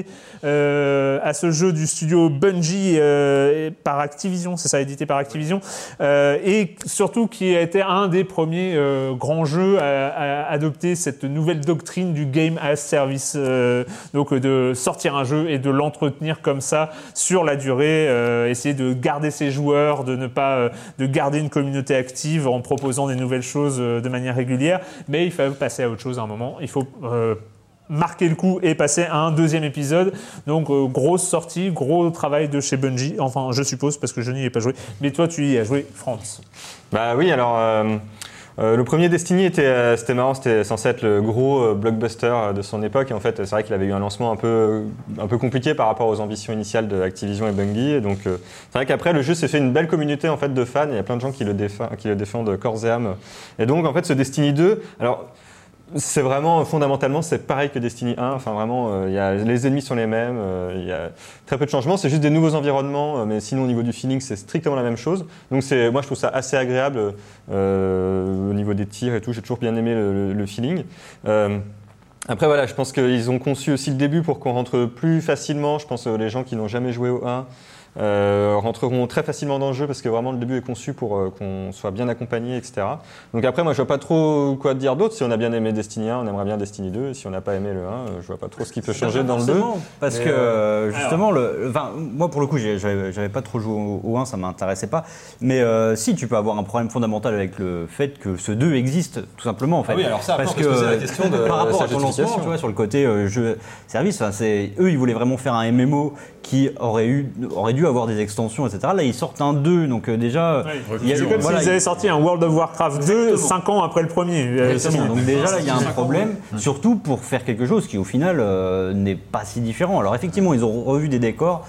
euh, à ce jeu du studio Bungie euh, par Activision, c'est ça, édité par Activision, euh, et surtout qui a été un des premiers euh, grands jeux à, à adopter cette nouvelle doctrine du Game as Service, euh, donc de sortir un jeu et de l'entretenir comme ça sur la durée, euh, essayer de garder ses joueurs, de ne pas euh, de garder une communauté active en proposant des nouvelles choses euh, de manière régulière, mais il faut passer à autre chose à un moment. Il faut euh, marquer le coup et passer à un deuxième épisode. Donc euh, grosse sortie, gros travail de chez Bungie. Enfin, je suppose parce que je n'y ai pas joué. Mais toi, tu y as joué, France. Bah oui, alors. Euh... Euh, le premier Destiny était, euh, c'était marrant, c'était censé être le gros euh, blockbuster euh, de son époque et en fait c'est vrai qu'il avait eu un lancement un peu, un peu compliqué par rapport aux ambitions initiales de Activision et Bungie et donc euh, c'est vrai qu'après le jeu s'est fait une belle communauté en fait de fans, il y a plein de gens qui le, défend, qui le défendent corps et âme et donc en fait ce Destiny deux, alors c'est vraiment, fondamentalement, c'est pareil que Destiny un. Enfin, vraiment, euh, y a, les ennemis sont les mêmes, il euh, y a très peu de changements. C'est juste des nouveaux environnements, euh, mais sinon, au niveau du feeling, c'est strictement la même chose. Donc, c'est, moi, je trouve ça assez agréable euh, au niveau des tirs et tout. J'ai toujours bien aimé le, le, le feeling. Euh, après, voilà, je pense qu'ils ont conçu aussi le début pour qu'on rentre plus facilement. Je pense aux les gens qui n'ont jamais joué au un. Euh, rentreront très facilement dans le jeu parce que vraiment le début est conçu pour euh, qu'on soit bien accompagné, et cetera. Donc après, moi je vois pas trop quoi dire d'autre. Si on a bien aimé Destiny un, on aimerait bien Destiny deux. Si on n'a pas aimé le un, euh, je vois pas trop ce qui peut changer dans le deux. Parce mais que euh, justement, le, enfin, moi pour le coup, j'avais, j'avais pas trop joué au, au un, ça m'intéressait pas. Mais euh, si, tu peux avoir un problème fondamental avec le fait que ce deux existe, tout simplement en fait. Ah oui, alors ça, parce après, que on peut se poser la question de par rapport sa à ton lancement, tu vois, sur le côté euh, jeu service, c'est eux, ils voulaient vraiment faire un M M O qui aurait eu, aurait dû avoir des extensions, et cetera. Là, ils sortent un deux, donc euh, déjà... Oui. Il y a, c'est comme voilà, s'ils avaient sorti un World of Warcraft deux, cinq ans après le premier. Exactement. Donc déjà, là, il y a un problème, surtout pour faire quelque chose qui, au final, euh, n'est pas si différent. Alors effectivement, ils ont revu des décors.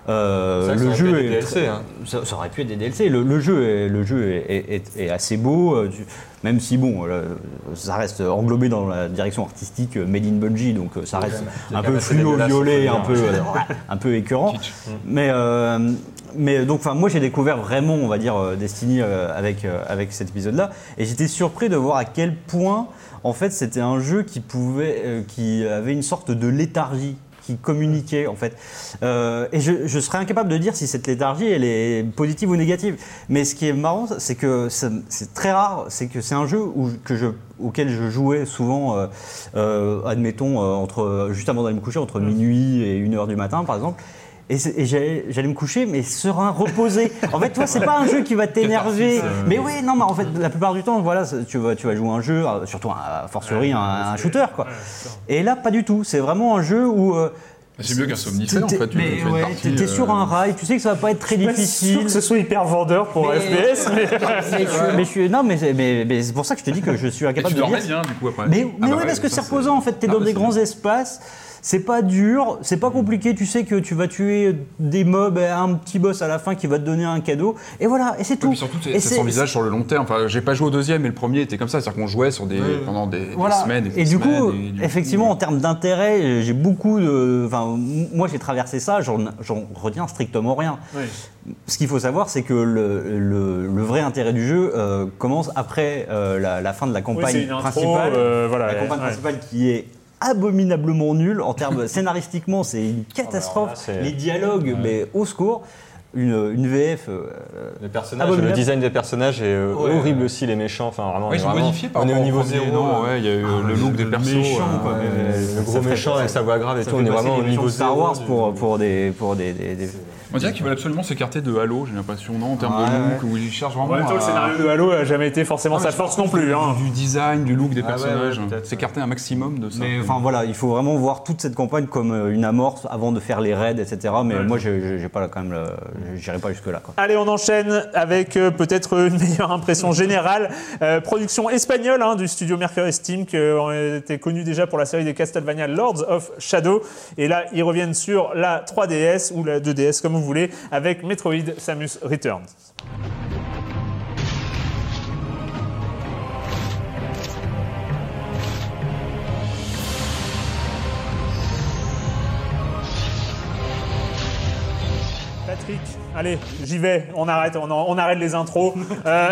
Euh, le jeu est des D L C, hein. ça, ça aurait pu être des D L C. Le, le jeu, est, le jeu est, est, est assez beau, tu, même si bon, là, ça reste englobé dans la direction artistique Made in Bungie, donc ça reste ouais, un peu fluo-violet, un peu, euh, un peu écœurant. Mais, euh, mais donc, enfin, moi j'ai découvert vraiment, on va dire, Destiny euh, avec euh, avec cet épisode-là, et j'étais surpris de voir à quel point, en fait, c'était un jeu qui pouvait, euh, qui avait une sorte de léthargie. Qui communiquait en fait. Euh, et je, je serais incapable de dire si cette léthargie elle est positive ou négative. Mais ce qui est marrant, c'est que c'est, c'est très rare, c'est que c'est un jeu où, que je, auquel je jouais souvent, euh, euh, admettons, euh, entre, juste avant d'aller me coucher, entre minuit et une heure du matin par exemple. Et, et j'allais, j'allais me coucher, mais serein, reposé. En fait, toi, c'est pas un jeu qui va t'énerver. Mais oui, non, mais en fait, la plupart du temps, voilà, tu vas, tu vas jouer un jeu, surtout a fortiori un, un shooter, quoi. Et là, pas du tout. C'est vraiment un jeu où. Euh, c'est mieux qu'un Somnifère, en fait. Tu mais ouais, partie, t'es euh... sur un rail, tu sais que ça va pas être très je difficile. Pas sûr que ce soit hyper vendeur pour mais... F P S, mais. mais, je, mais je suis, non, mais, mais, mais c'est pour ça que je te dis que je suis incapable de dire. Tu dormais bien, du coup, après. Mais, mais ah bah ouais, parce que c'est reposant, en fait. T'es ah dans bah des grands bien. espaces. C'est pas dur, c'est pas compliqué, tu sais que tu vas tuer des mobs et un petit boss à la fin qui va te donner un cadeau, et voilà, et c'est tout. Ouais, surtout, c'est, ça s'envisage sur le long terme. Enfin, j'ai pas joué au deuxième, mais le premier était comme ça, c'est-à-dire qu'on jouait sur des, ouais. pendant des, voilà. des semaines. Et, des et du semaines, coup, et du effectivement, coup, en termes d'intérêt, j'ai beaucoup de. Enfin, moi j'ai traversé ça, j'en, j'en retiens strictement rien. Oui. Ce qu'il faut savoir, c'est que le, le, le vrai intérêt du jeu euh, commence après euh, la, la fin de la campagne oui, principale. Intro, euh, voilà, la campagne ouais. principale qui est abominablement nul en termes scénaristiquement, c'est une catastrophe. Oh, là, là, les dialogues, ouais. mais au secours. Une, une V F. Euh, les personnages, le design des personnages est euh, ouais, horrible ouais. aussi, les méchants. Enfin, vraiment, ouais, ils sont vraiment, modifiés par on est au niveau premier, zéro. Non, ouais, il y a eu ah, le look des persos. Méchant, euh, quoi, ouais, le gros méchant avec sa voix grave et tout. On est vraiment au niveau Star zéro. Wars pour, pour des. Pour des, des, des... On dirait qu'ils veulent absolument s'écarter de Halo, j'ai l'impression, non, en termes ouais, de look, ouais. où ils cherchent vraiment. Ouais, toi, à... le scénario de Halo n'a jamais été forcément ah, sa force non plus. Hein. Du design, du look des ah, personnages, ouais, ouais, s'écarter un maximum de ça. Mais enfin voilà, il faut vraiment voir toute cette campagne comme une amorce avant de faire les raids, et cetera. Mais ouais. moi, j'ai, j'ai pas là, quand même, le... j'irai pas jusque là. Quoi. Allez, on enchaîne avec euh, peut-être une meilleure impression générale. Euh, production espagnole hein, du studio Mercury Steam, qui euh, était connu déjà pour la série des Castlevania Lords of Shadow. Et là, ils reviennent sur la trois D S ou la deux D S, comme vous voulez, avec Metroid Samus Returns. Patrick, allez, j'y vais, on arrête, on, en- on arrête les intros. Euh,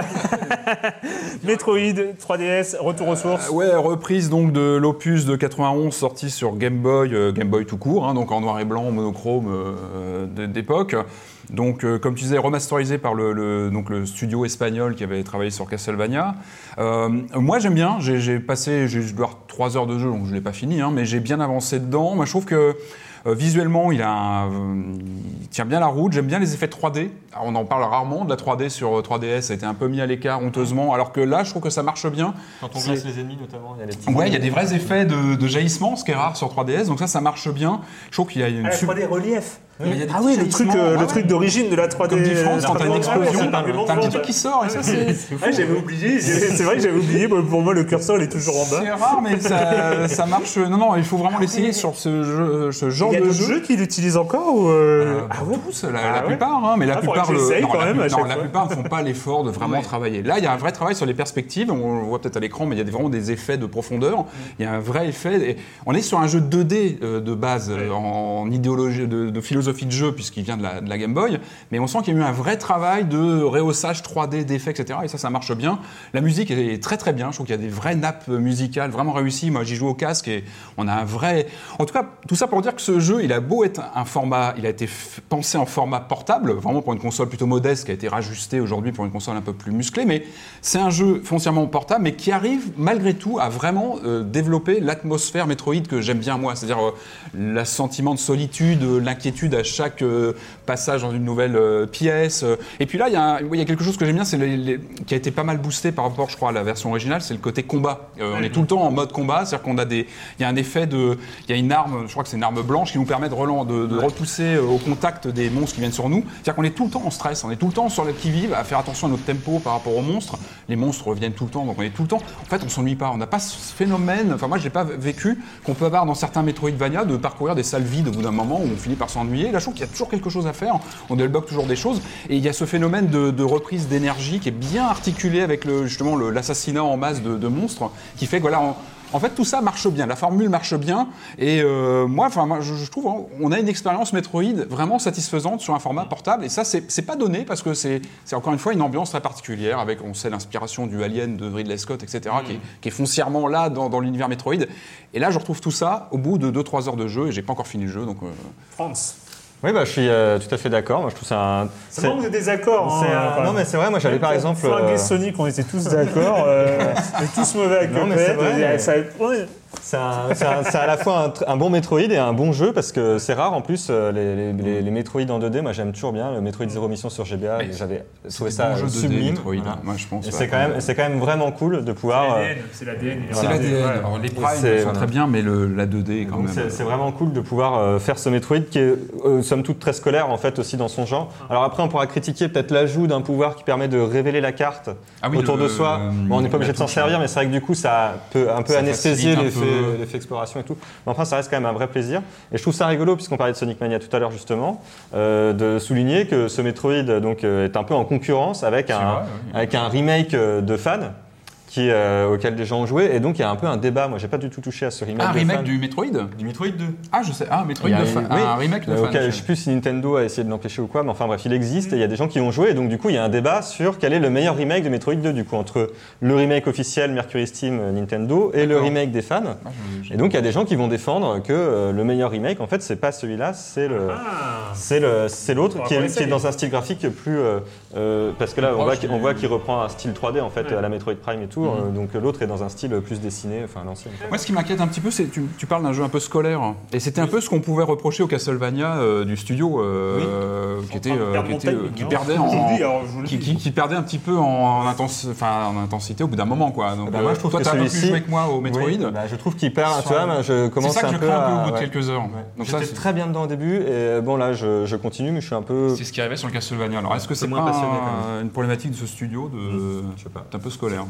Metroid, trois D S, retour aux sources. Euh, ouais, reprise donc de l'opus de quatre-vingt-onze sorti sur Game Boy, euh, Game Boy tout court, hein, donc en noir et blanc, monochrome euh, d- d'époque. Donc, euh, comme tu disais, remasterisé par le, le, donc le studio espagnol qui avait travaillé sur Castlevania. Euh, moi, j'aime bien. J'ai, j'ai passé, j'ai, je dois avoir trois heures de jeu, donc je l'ai pas fini, hein, mais j'ai bien avancé dedans. Moi, je trouve que Euh, visuellement, il, a un, euh, il tient bien la route. J'aime bien les effets trois D. Alors, on en parle rarement de la trois D sur trois D S. Ça a été un peu mis à l'écart honteusement. Alors que là, je trouve que ça marche bien. Quand on C'est- glace les ennemis, notamment, il y a les petits. Ouais, il y a des vrais effets de, de jaillissement, ce qui est rare sur trois D S. Donc ça, ça marche bien. Je trouve qu'il y a une Ah, la super- trois D relief. Mais il y a des Ah petits oui, le truc, jaillissements. euh, le Ah truc ouais. d'origine de la trois D. Comme dit France, quand t'as une Ah ouais, explosion, c'est t'as un argument t'as un petit de truc vente. qui sort et ça, c'est c'est fou. Ah, j'avais oublié, c'est vrai que j'avais oublié, Bon, pour moi le curseur il est toujours en bas. C'est rare, mais ça, ça marche. Non, non, il faut vraiment l'essayer sur ce, jeu, ce genre Il y a de d'autres jeu. jeux qui l'utilisent encore ou euh... Euh, Ah ouais. tous, la, Ah la ouais. plupart, hein, mais la Ah, faudrait plupart, que j'essaye non, quand la, même à non, chaque la fois. plupart ne font pas l'effort de vraiment travailler. Là, il y a un vrai travail sur les perspectives. On le voit peut-être à l'écran, mais il y a des- vraiment des effets de profondeur. Il y a un vrai effet. Et on est sur un jeu deux D euh, de base, euh, en idéologie, de, de philosophie de jeu, puisqu'il vient de la, de la Game Boy. Mais on sent qu'il y a eu un vrai travail de rehaussage trois D, d'effets, et cetera. Et ça, ça marche bien. La musique est très très bien. Je trouve qu'il y a des vraies nappes musicales vraiment réussies. Moi, j'y joue au casque et on a un vrai. En tout cas, tout ça pour dire que ce jeu, il a beau être un format, il a été f- pensé en format portable, vraiment pour une console plutôt modeste, qui a été rajustée aujourd'hui pour une console un peu plus musclée. Mais c'est un jeu foncièrement portable, mais qui arrive malgré tout à vraiment euh, développer l'atmosphère Metroid que j'aime bien moi. C'est-à-dire euh, le sentiment de solitude, euh, l'inquiétude à chaque euh, passage dans une nouvelle euh, pièce. euh. Et puis là, il y, a un- il y a quelque chose que j'aime bien, c'est les- les- qui a été pas mal boosté par rapport, je crois, à la version originale, c'est le côté combat. Euh, on est tout le temps en mode combat, c'est-à-dire qu'on a des, il y a un effet de, il y a une arme, je crois que c'est une arme blanche qui nous permet de, relan- de, de repousser euh, au contact des monstres qui viennent sur nous. C'est-à-dire qu'on est tout le temps en stress, on est tout le temps sur le qui-vive, à faire attention à notre tempo par rapport aux monstres. Les monstres reviennent tout le temps, donc on est tout le temps. En fait, on s'ennuie pas. On n'a pas ce phénomène. Enfin, moi, je l'ai pas vécu qu'on peut avoir dans certains Metroidvania de parcourir des salles vides au bout d'un moment où on finit par s'ennuyer. Là, je trouve qu'il y a toujours quelque chose à faire. On débloque toujours des choses, et il y a ce phénomène de, de reprise d'énergie qui est bien articulé avec le, justement le- l'assassinat en masse de, de monstres, qui fait que voilà. On, En fait, tout ça marche bien, la formule marche bien, et euh, moi, enfin, moi, je, je trouve, hein, on a une expérience Metroid vraiment satisfaisante sur un format portable, et ça, c'est c'est pas donné parce que c'est c'est encore une fois une ambiance très particulière, avec, on sait, l'inspiration du Alien de Ridley Scott, et cetera, qui, est, qui est foncièrement là dans, dans l'univers Metroid. Et là, je retrouve tout ça au bout de deux trois heures de jeu, et j'ai pas encore fini le jeu, donc. Euh... France. Oui, bah, je suis euh, tout à fait d'accord. Moi, je trouve ça un. Ça c'est- manque de désaccord. c'est hein, un- enfin, Non, mais c'est vrai, moi j'avais par exemple. Flinguer euh, Sonic, on était tous d'accord. euh, on est tous mauvais avec Non, mais c'est vrai, Cuphead. mais- Ça- ouais. C'est un- c'est un- c'est à la fois un, tr- un bon Metroid et un bon jeu parce que c'est rare en plus euh, les, les, les- les Metroid en deux D. Moi j'aime toujours bien le Metroid Zero Mission sur G B A. Mais J'avais trouvé C'est ça bon jeu de sublime. Metroid, Voilà. moi je pense. Et ouais. c'est quand même c'est quand même vraiment cool de C'est pouvoir. euh, l'A D N. C'est l'A D N. il est C'est Voilà. l'A D N. Ouais. Alors les Et primes c'est- sont voilà. très bien, mais le, la deux D quand Donc, même. C'est c'est vraiment cool de pouvoir euh, faire ce Metroid qui est euh, somme toute très scolaire en fait aussi dans son genre. Alors après on pourra critiquer peut-être l'ajout d'un pouvoir qui permet de révéler la carte Ah oui, autour le- de soi. euh, Bon, on n'est pas obligé la de s'en touche, servir, ouais. mais c'est vrai que du coup ça peut un peu Ça anesthésier facilite un l'effet peu. l'effet exploration et tout. Mais enfin ça reste quand même un vrai plaisir. Et je trouve ça rigolo puisqu'on parlait de Sonic Mania tout à l'heure justement, euh, de souligner que ce Metroid donc euh, est un peu en concurrence avec un vrai, oui. avec un remake euh, de fans. Qui, euh, auquel des gens ont joué, et donc il y a un peu un débat. Moi, j'ai pas du tout touché à ce remake. Ah, un de remake fans. du Metroid du Metroid deux. Ah, je sais. Ah, Metroid Il y a de un- fan. oui. Un remake de Euh, fan. auquel- je sais plus si Nintendo a essayé de l'empêcher ou quoi, mais enfin bref, il existe et il y a des gens qui y ont joué. Et donc du coup, il y a un débat sur quel est le meilleur remake de Metroid deux, du coup, entre le remake officiel Mercury Steam euh, Nintendo et le D'accord. remake des fans. Ah, je- je- Et donc il y a des gens qui vont défendre que euh, le meilleur remake, en fait, c'est pas celui-là, c'est le, Ah. c'est le, c'est l'autre Faudra qui qu'on est, qui est l'essaye. dans un style graphique plus, euh, euh, parce que là, on Proche voit, qu'il- on du- voit qu'il reprend un style trois D en fait Ouais. à la Metroid Prime et tout. Mhm. euh, donc l'autre est dans un style plus dessiné, enfin l'ancien. Moi, ce qui m'inquiète un petit peu, c'est que tu, tu parles d'un jeu un peu scolaire. Et c'était un peu ce qu'on pouvait reprocher au Castlevania euh, du studio, euh, qui, était, euh, qui, était, euh, qui perdait en, Je vous le dis, alors, je vous le qui, dis. qui- qui perdait un petit peu en, intensi- enfin, en intensité au bout d'un moment, quoi. Donc, Bah, moi, je trouve toi, que t'as un peu plus celui-ci- joué que moi au Metroid. Oui, bah, je trouve qu'il perd, Sur tu vois, un- moi, je C'est commence ça que un je peu crains un peu à- au bout de ouais. quelques heures. Donc ça, J'étais c'est très bien dedans au début, et bon là je, je continue, mais je suis un peu. c'est ce qui arrivait sur le Castlevania. Alors, est-ce que c'est moins pas passionné, un- quand même. une problématique de ce studio de... Je sais pas. C'est un peu scolaire. Un peu la distance.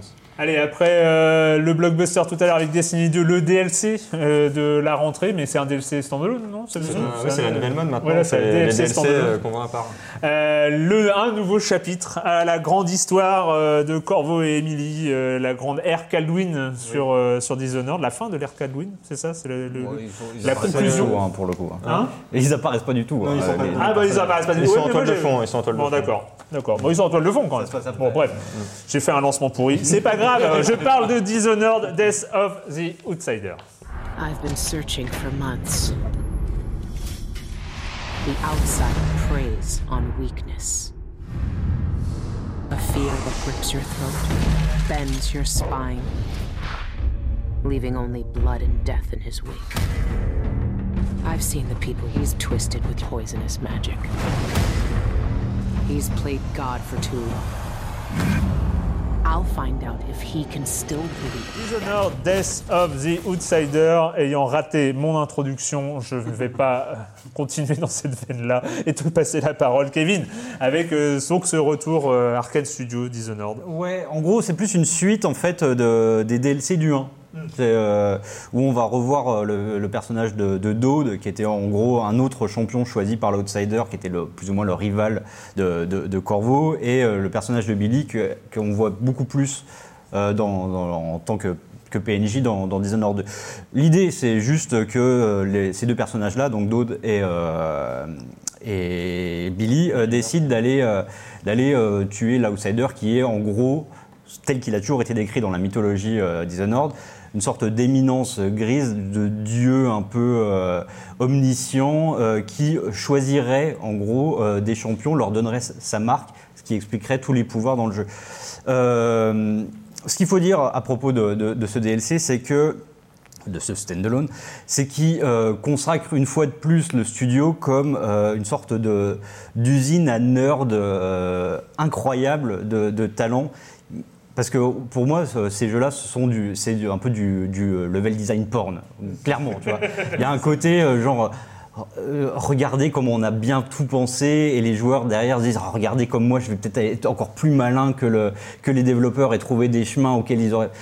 pense. Allez, après euh, le blockbuster tout à l'heure avec Destiny deux, le D L C euh, de la rentrée, mais c'est un D L C standalone, non c'est, Euh, c'est, oui, c'est, c'est la nouvelle mode maintenant. Voilà, c'est c'est le D L C les D L C standalone. euh, qu'on voit à part. Euh, le, un nouveau chapitre à la grande histoire euh, de Corvo et Emily, euh, la grande ère Kaldwin sur, oui. euh, sur Dishonored, la fin de l'ère Kaldwin, c'est ça, c'est le, le, bon, ils faut, ils la conclusion tout, hein, pour le coup. Hein. Hein Et ils apparaissent pas du tout. Non, hein, ils sont les, pas, les ah bah ils apparaissent pas du tout. Ils ouais, sont en toile de fond. Ils sont en toile bon, de fond. d'accord, d'accord. Bon, ils sont en toile de fond quand même. Ça se passe Bon bref, mm. j'ai fait un lancement pourri. C'est pas grave. Je parle de Dishonored, Death of the Outsider. I've been searching for months. The outsider preys on weakness. A fear that grips your throat, bends your spine, leaving only blood and death in his wake. I've seen the people he's twisted with poisonous magic. He's played God for too long. I'll find out if he can still believe. Dishonored, Death of the Outsider. Ayant raté mon introduction, je ne vais pas continuer dans cette veine-là et te passer la parole, Kevin, avec euh, donc ce retour euh, Arkane Studio Dishonored. Ouais, en gros, c'est plus une suite en fait de, des D L C du un. C'est, euh, où on va revoir euh, le, le personnage de, de Dode, qui était en gros un autre champion choisi par l'Outsider, qui était le, plus ou moins le rival de, de, de Corvo, et euh, le personnage de Billy, que, qu'on voit beaucoup plus euh, dans, dans, en tant que, que P N J dans, dans Dishonored deux. L'idée, c'est juste que euh, les, ces deux personnages-là, donc Dode et, euh, et Billy, euh, décident d'aller, euh, d'aller euh, tuer l'Outsider, qui est en gros, tel qu'il a toujours été décrit dans la mythologie euh, Dishonored, une sorte d'éminence grise de dieu un peu euh, omniscient euh, qui choisirait en gros euh, des champions, leur donnerait sa marque, ce qui expliquerait tous les pouvoirs dans le jeu. Euh, ce qu'il faut dire à propos de, de, de ce D L C, c'est que de ce standalone, c'est qu'il euh, consacre une fois de plus le studio comme euh, une sorte de, d'usine à nerd euh, incroyable de, de talent. Parce que pour moi, ces jeux-là, ce sont du, c'est du, un peu du, du level design porn, clairement. Tu vois, il y a un côté euh, genre, euh, regardez comment on a bien tout pensé, et les joueurs derrière se disent, oh, regardez comme moi, je vais peut-être être encore plus malin que, le, que les développeurs et trouver des chemins auxquels ils auraient.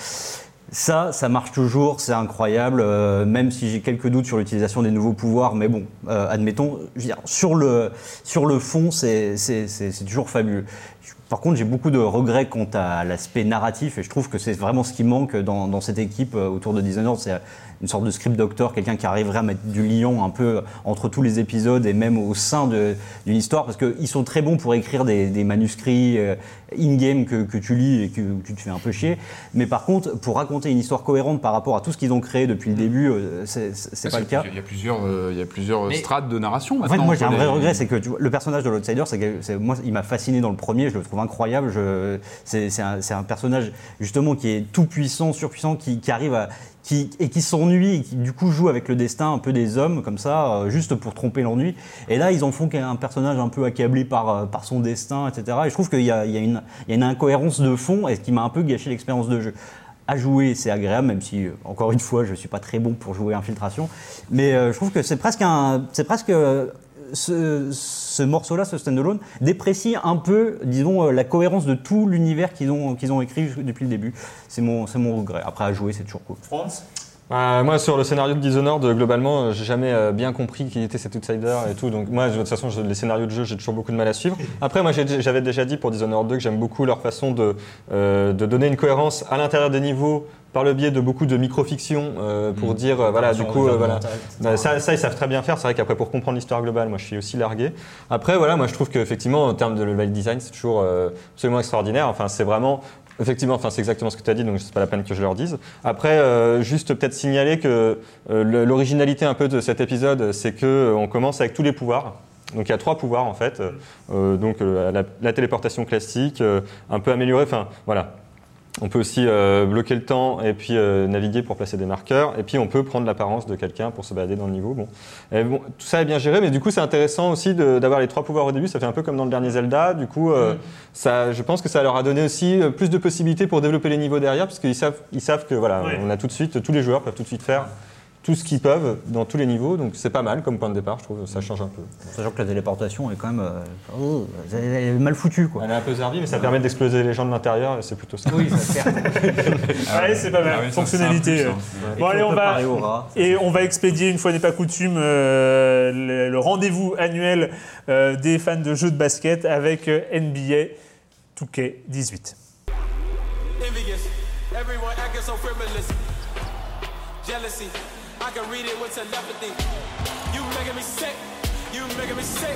Ça, ça marche toujours, c'est incroyable, euh, même si j'ai quelques doutes sur l'utilisation des nouveaux pouvoirs, mais bon, euh, admettons, je veux dire, sur le, sur le fond, c'est, c'est, c'est, c'est toujours fabuleux. Par contre, j'ai beaucoup de regrets quant à l'aspect narratif, et je trouve que c'est vraiment ce qui manque dans, dans cette équipe autour de Dishonored. C'est une sorte de script doctor, quelqu'un qui arriverait à mettre du lion un peu entre tous les épisodes et même au sein de, d'une histoire, parce qu'ils sont très bons pour écrire des, des manuscrits euh, in-game que, que tu lis et que, que tu te fais un peu chier. Mais par contre, pour raconter une histoire cohérente par rapport à tout ce qu'ils ont créé depuis le début, euh, c'est, c'est, c'est pas le cas. Il y a plusieurs, euh, il y a plusieurs Mais, strates de narration maintenant. En fait, moi j'ai un vrai les... regret, c'est que tu vois, le personnage de l'Outsider, c'est que, c'est, moi, il m'a fasciné dans le premier, je le trouve incroyable. Je, c'est, c'est, un, c'est un personnage justement qui est tout puissant, surpuissant, qui, qui arrive à Qui, et qui s'ennuie et qui du coup joue avec le destin un peu des hommes comme ça, euh, juste pour tromper l'ennui. Et là, ils en font un personnage un peu accablé par, euh, par son destin, et cetera. Et je trouve qu'il y a, il y a, une, il y a une incohérence de fond, et ce qui m'a un peu gâché l'expérience de jeu. À jouer, c'est agréable, même si, encore une fois, je ne suis pas très bon pour jouer Infiltration. Mais euh, je trouve que c'est presque un... C'est presque, euh, ce, ce morceau-là, ce standalone, déprécie un peu, disons, euh, la cohérence de tout l'univers qu'ils ont, qu'ils ont écrit depuis le début. C'est mon, c'est mon regret. Après, à jouer, c'est toujours cool. France ? Euh, moi, sur le scénario de Dishonored, globalement, euh, j'ai jamais euh, bien compris qui était cet outsider et tout. Donc, moi, de toute façon, je, les scénarios de jeu, j'ai toujours beaucoup de mal à suivre. Après, moi, j'ai, j'avais déjà dit pour Dishonored deux que j'aime beaucoup leur façon de, euh, de donner une cohérence à l'intérieur des niveaux par le biais de beaucoup de micro-fictions euh, pour mmh. dire, euh, voilà, du coup, euh, voilà. Bah, ça, ça, ils savent très bien faire. C'est vrai qu'après, pour comprendre l'histoire globale, moi, je suis aussi largué. Après, voilà, moi, je trouve qu'effectivement, en termes de level design, c'est toujours euh, absolument extraordinaire. Enfin, c'est vraiment... Effectivement, enfin, c'est exactement ce que tu as dit, donc c'est pas la peine que je leur dise. Après, euh, juste peut-être signaler que euh, l'originalité un peu de cet épisode, c'est que euh, on commence avec tous les pouvoirs. Donc il y a trois pouvoirs en fait. Euh, donc euh, la, la téléportation classique, euh, un peu améliorée. Enfin voilà. On peut aussi euh, bloquer le temps et puis euh, naviguer pour placer des marqueurs. Et puis on peut prendre l'apparence de quelqu'un pour se balader dans le niveau. Bon. Et bon, tout ça est bien géré, mais du coup c'est intéressant aussi de, d'avoir les trois pouvoirs au début. Ça fait un peu comme dans le dernier Zelda. Du coup, euh, mmh. ça, je pense que ça leur a donné aussi plus de possibilités pour développer les niveaux derrière, parce qu'ils savent, ils savent que voilà, oui. on a tout de suite, tous les joueurs peuvent tout de suite faire tout ce qu'ils peuvent dans tous les niveaux, donc c'est pas mal comme point de départ, je trouve, ça change un peu. Sachant que la téléportation est quand même euh, oh, elle est mal foutue, quoi. Elle est un peu zervie, mais ça permet d'exploser les gens de l'intérieur et c'est plutôt ça. Oui, ça sert. Allez, c'est pas mal, Ah oui, ça, fonctionnalité. c'est un euh. plus, hein. Bon, allez, on va, Préparé au rat. et on va expédier, une fois n'est pas coutume, euh, le, le rendez-vous annuel euh, des fans de jeux de basket avec euh, N B A deux K dix-huit. Envious, everyone acting so frivolous. Jealousy, I can read it with telepathy. You making me sick, you making me sick.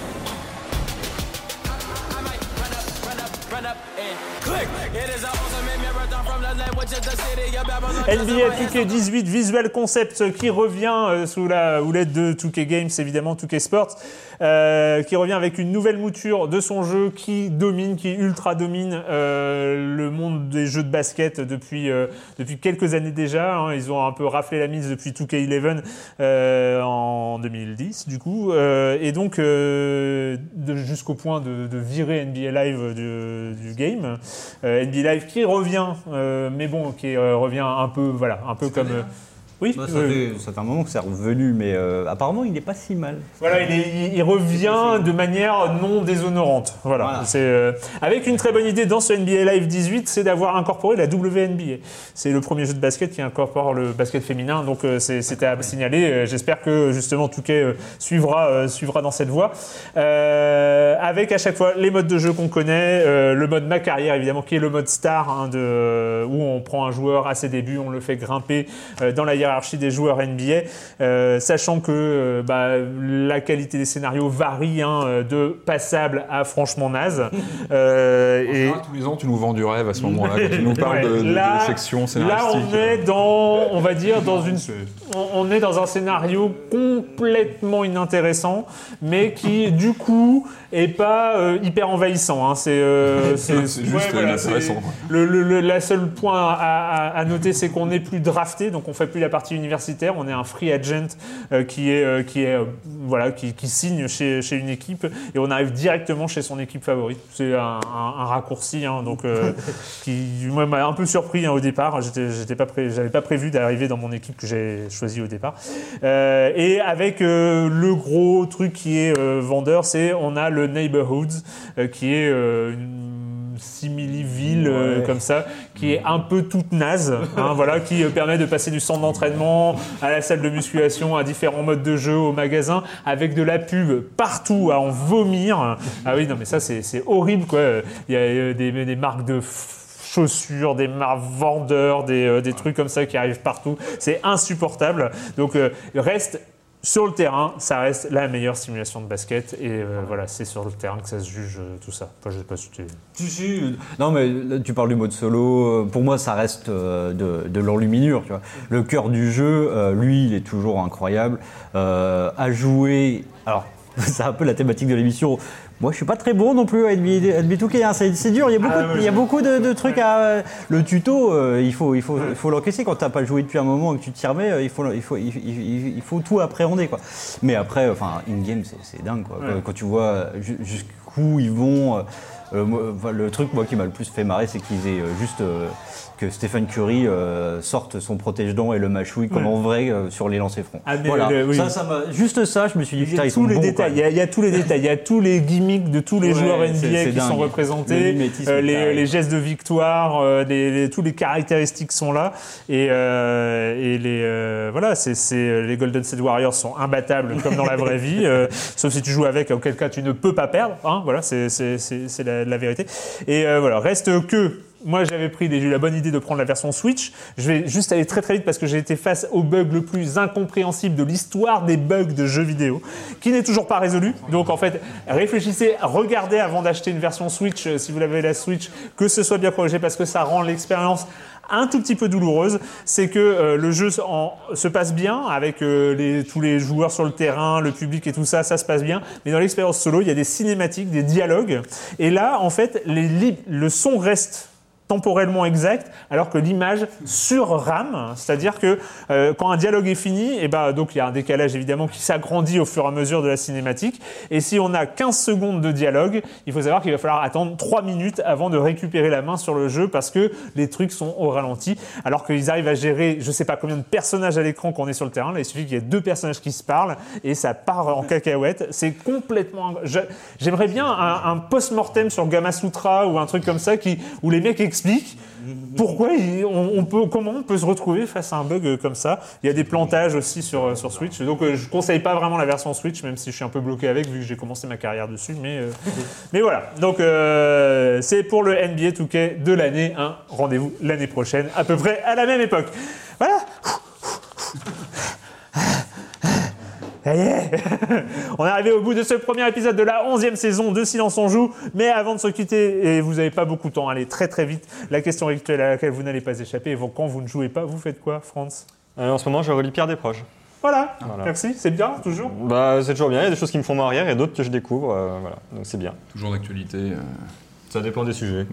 I, I might run up, run up, run up and click. It is an ultimate marathon from the land, which is the city of Babylon. N B A deux K dix-huit, Visual Concept qui revient euh, sous la houlette de deux K Games, évidemment, deux K Sports, euh, qui revient avec une nouvelle mouture de son jeu qui domine, qui ultra domine euh, le monde des jeux de basket depuis, euh, depuis quelques années déjà. Hein. Ils ont un peu raflé la mise depuis deux K onze euh, en deux mille dix, du coup. Euh, et donc, euh, de, jusqu'au point de, de virer N B A Live du, du game. Euh, N B A Live qui revient, euh, mais bon, qui euh, revient un peu, voilà, un peu comme... Euh, oui, Bah, ça, euh, fait, ça fait un moment que c'est revenu, mais euh, apparemment il n'est pas si mal. voilà, il, est- il- il revient de manière non déshonorante. Voilà, Voilà. c'est euh, avec une très bonne idée dans ce N B A Live dix-huit, c'est d'avoir incorporé la W N B A. C'est le premier jeu de basket qui incorpore le basket féminin, donc euh, c'est- c'était à signaler. Euh, J'espère que justement deux K euh, suivra euh, suivra dans cette voie. Euh, avec à chaque fois les modes de jeu qu'on connaît, euh, le mode ma carrière évidemment qui est le mode star hein, de où on prend un joueur à ses débuts, on le fait grimper euh, dans la hiérarchie des joueurs N B A, euh, sachant que euh, bah, la qualité des scénarios varie hein, de passable à franchement naze. Euh, En et général, tous les ans, tu nous vends du rêve à ce moment-là, quand tu nous parles Ouais, de, de, là- de section là, scénaristique. on est dans, on va dire, dans une, C'est- on on est dans un scénario complètement inintéressant, mais qui du coup est pas euh, hyper envahissant. Hein. C'est, euh, c'est, C'est juste, euh, inintéressant, c'est- quoi. Le, le, le- la seule point à, à- à noter, c'est qu'on n'est plus drafté, donc on fait plus la partie universitaire. On est un free agent euh, qui est, euh, qui est, euh, voilà, qui, qui signe chez, chez une équipe et on arrive directement chez son équipe favorite. C'est un, un- un raccourci, hein, donc euh, qui moi, m'a un peu surpris hein, au départ. J'étais, j'étais pas pré- j'avais pas prévu d'arriver dans mon équipe que j'ai choisie au départ. Euh, et avec euh, le gros truc qui est euh, vendeur, c'est on a le Neighborhoods euh, qui est euh, une simili-ville euh, Ouais. comme ça, qui est un peu toute naze, hein, voilà, qui euh, permet de passer du centre d'entraînement à la salle de musculation, à différents modes de jeu, au magasin, avec de la pub partout à en vomir. Ah oui, non mais ça c'est c'est horrible quoi. Il y a euh, des, des marques de f- chaussures, des marques vendeurs, des, euh, des trucs comme ça qui arrivent partout. C'est insupportable. Donc euh, reste sur le terrain, ça reste la meilleure simulation de basket et euh, voilà, c'est sur le terrain que ça se juge euh, tout ça. Enfin, je sais pas si tu... Si, si. Non, mais là, tu parles du mode solo. Pour moi, ça reste euh, de, de l'enluminure. Tu vois. Le cœur du jeu, euh, lui, il est toujours incroyable. Euh, à jouer. Alors, c'est un peu la thématique de l'émission. Moi, je suis pas très bon non plus à N B A deux K. Hein. C'est, c'est dur. Il y a beaucoup, Ah, de- ouais, il y a ouais. beaucoup de, de trucs à. Le tuto, euh, il faut, il faut, il faut l'encaisser quand t'as pas joué depuis un moment et que tu t'y remets. euh, Il faut, il faut, il, il- il faut tout appréhender, quoi. Mais après, enfin, in-game, c'est, c'est dingue, quoi. Ouais. Quand, quand tu vois ju- jusqu'où ils vont. euh, euh, moi, enfin, le truc, moi, qui m'a le plus fait marrer, c'est qu'ils aient euh, juste. euh, que Stephen Curry euh, sorte son protège-dents et le mâchouille comme Ouais. en vrai euh, sur les lancers francs. Ah, mais voilà. le- oui. Ça, ça m'a... Juste ça, je me suis dit, Il y putain, a ils sont tous les bons, détails, quoi. il y, a, il y a tous les détails, il y a tous les gimmicks de tous les Ouais, joueurs N B A c'est- c'est qui dingue. sont Le représentés, mimétisme euh, les, pareil. les gestes de victoire, euh, les, les- tous les caractéristiques sont là et, euh, et les euh, voilà, c'est, c'est les Golden State Warriors sont imbattables comme dans la vraie vie, euh, sauf si tu joues avec, auquel cas tu ne peux pas perdre, hein, voilà, c'est, c'est, c'est, c'est la, la vérité. Et euh, voilà, reste que moi, j'avais pris j'ai eu la bonne idée de prendre la version Switch. Je vais juste aller très très vite parce que j'ai été face au bug le plus incompréhensible de l'histoire des bugs de jeux vidéo, qui n'est toujours pas résolu. Donc en fait, réfléchissez, regardez avant d'acheter une version Switch, euh, si vous avez la Switch, que ce soit bien protégé parce que ça rend l'expérience un tout petit peu douloureuse. C'est que euh, le jeu en- se passe bien avec euh, les, tous les joueurs sur le terrain, le public et tout ça, ça se passe bien. Mais dans l'expérience solo, il y a des cinématiques, des dialogues. Et là, en fait, les li- le son reste temporellement exact, alors que l'image surrame, c'est-à-dire que euh, quand un dialogue est fini, et ben, donc il y a un décalage évidemment qui s'agrandit au fur et à mesure de la cinématique, et si on a quinze secondes de dialogue, il faut savoir qu'il va falloir attendre trois minutes avant de récupérer la main sur le jeu, parce que les trucs sont au ralenti, alors qu'ils arrivent à gérer, je sais pas combien de personnages à l'écran quand on est sur le terrain, là il suffit qu'il y ait deux personnages qui se parlent, et ça part en cacahuète, c'est complètement... Je... J'aimerais bien un, un post-mortem sur Gamma Sutra, ou un truc comme ça, qui, où les mecs expliquent pourquoi il, on, on peut, comment on peut se retrouver face à un bug comme ça. Il y a des plantages aussi sur, sur Switch, donc euh, je conseille pas vraiment la version Switch, même si je suis un peu bloqué avec, vu que j'ai commencé ma carrière dessus, mais, euh, mais voilà. Donc euh, c'est pour le N B A two K de l'année, hein. Rendez-vous l'année prochaine, à peu près à la même époque. Voilà. Ça y est. On est arrivé au bout de ce premier épisode de la onzième saison de Silence on joue, mais avant de se quitter, et vous n'avez pas beaucoup de temps, allez très très vite, la question rituelle à laquelle vous n'allez pas échapper, quand vous ne jouez pas, vous faites quoi, Franz ? euh, En ce moment, je relis Pierre Desproges. Voilà. Voilà, merci, c'est bien, toujours bah, c'est toujours bien, il y a des choses qui me font marrer et d'autres que je découvre, euh, voilà, donc c'est bien. Toujours d'actualité. Euh... Ça dépend des sujets.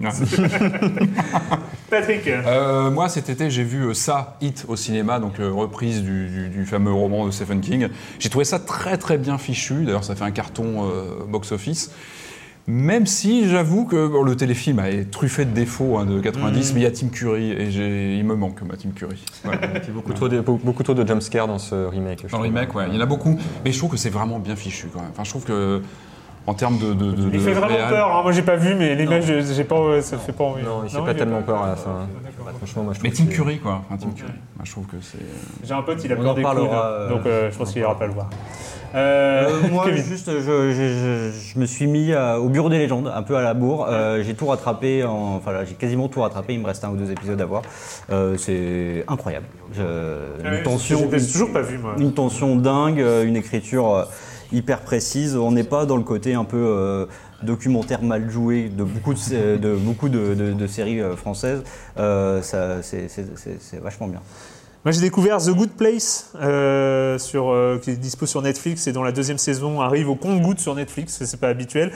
Patrick euh, Moi, cet été, j'ai vu euh, ça, Hit, au cinéma, donc euh, reprise du, du, du fameux roman de Stephen King. J'ai trouvé ça très très bien fichu, d'ailleurs ça fait un carton euh, box-office. Même si j'avoue que bon, le téléfilm est truffé de défauts hein, de quatre-vingt-dix, mmh. mais il y a Tim Curry et j'ai... il me manque ma Tim Curry. Voilà. Il y a beaucoup trop de, beaucoup trop de jumpscares dans ce remake. Dans le remake, ouais, il y en a beaucoup, mais je trouve que c'est vraiment bien fichu quand même. Enfin, je trouve que en termes de, de, de il fait de vraiment réal... peur, hein. Moi j'ai pas vu, mais l'image, j'ai pas, ça fait pas envie. Non, il fait non, pas il tellement peur à la fin. Franchement, moi je trouve. Mais Tim Curry, quoi. Enfin, Tim okay. Curry. Moi, je trouve que c'est. J'ai un pote, il a peur des coups, euh... donc euh, je pense qu'il ira pas le voir. Euh, euh, moi, Kevin. juste, je, je, je, je me suis mis à, au bureau des légendes, un peu à la bourre. Euh, j'ai tout rattrapé, en, enfin là, j'ai quasiment tout rattrapé. Il me reste un ou deux épisodes à voir. Euh, c'est incroyable. Je, ah une ouais, tension, je, je toujours pas vu, moi. Une tension dingue, une écriture hyper précise. On n'est pas dans le côté un peu euh, documentaire mal joué de beaucoup de, de, beaucoup de, de, de séries françaises. Euh, ça, c'est, c'est, c'est, c'est vachement bien. Moi, j'ai découvert The Good Place, euh, sur, euh, qui est dispo sur Netflix et dont la deuxième saison arrive au compte-gouttes sur Netflix, c'est pas habituel.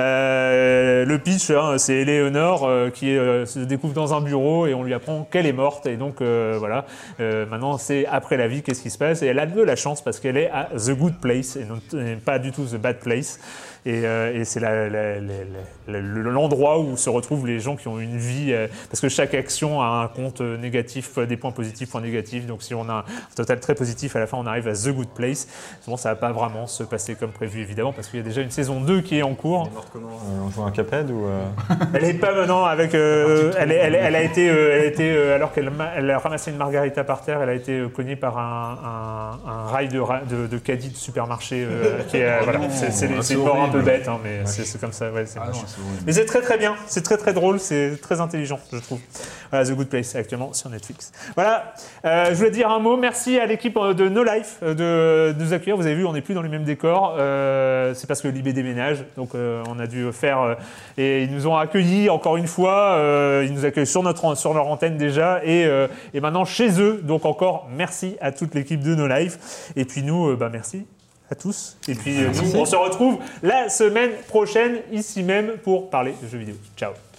Euh, le pitch, hein, c'est Eleanor euh, qui est, euh, se découvre dans un bureau et on lui apprend qu'elle est morte. Et donc, euh, voilà, euh, maintenant, c'est après la vie, qu'est-ce qui se passe ? Et elle a de la chance parce qu'elle est à The Good Place et, non, et pas du tout The Bad Place. Et, euh, et c'est la, la, la, la, l'endroit où se retrouvent les gens qui ont une vie, euh, parce que chaque action a un compte négatif, des points positifs, points négatifs. Donc si on a un total très positif, à la fin on arrive à The Good Place. Bon, ça va pas vraiment se passer comme prévu évidemment, parce qu'il y a déjà une saison deux qui est en cours. Elle est morte comment euh, en jouant un Cuphead ou euh... Elle est pas maintenant avec. Euh, elle, est, elle, est, elle a été, euh, elle a été euh, alors qu'elle elle a ramassé une margarita par terre, elle a été euh, cognée par un, un, un rail de, de, de caddie de supermarché. Euh, qui est, euh, voilà, c'est, c'est, c'est, c'est une mort un peu bête, hein, mais ouais. c'est, c'est comme ça. Ouais, c'est ah non, c'est mais c'est très très bien, c'est très très drôle, c'est très intelligent, je trouve. Voilà, The Good Place actuellement sur Netflix. Voilà, euh, je voulais dire un mot. Merci à l'équipe de No Life de, de nous accueillir. Vous avez vu, on n'est plus dans les mêmes décors. Euh, c'est parce que l'I B déménage, donc euh, on a dû faire. Euh, et ils nous ont accueillis encore une fois. Euh, ils nous accueillent sur notre sur leur antenne déjà et euh, et maintenant chez eux. Donc encore merci à toute l'équipe de No Life. Et puis nous, euh, bah merci à tous. Et puis euh, nous, on se retrouve la semaine prochaine ici même pour parler de jeux vidéo. Ciao.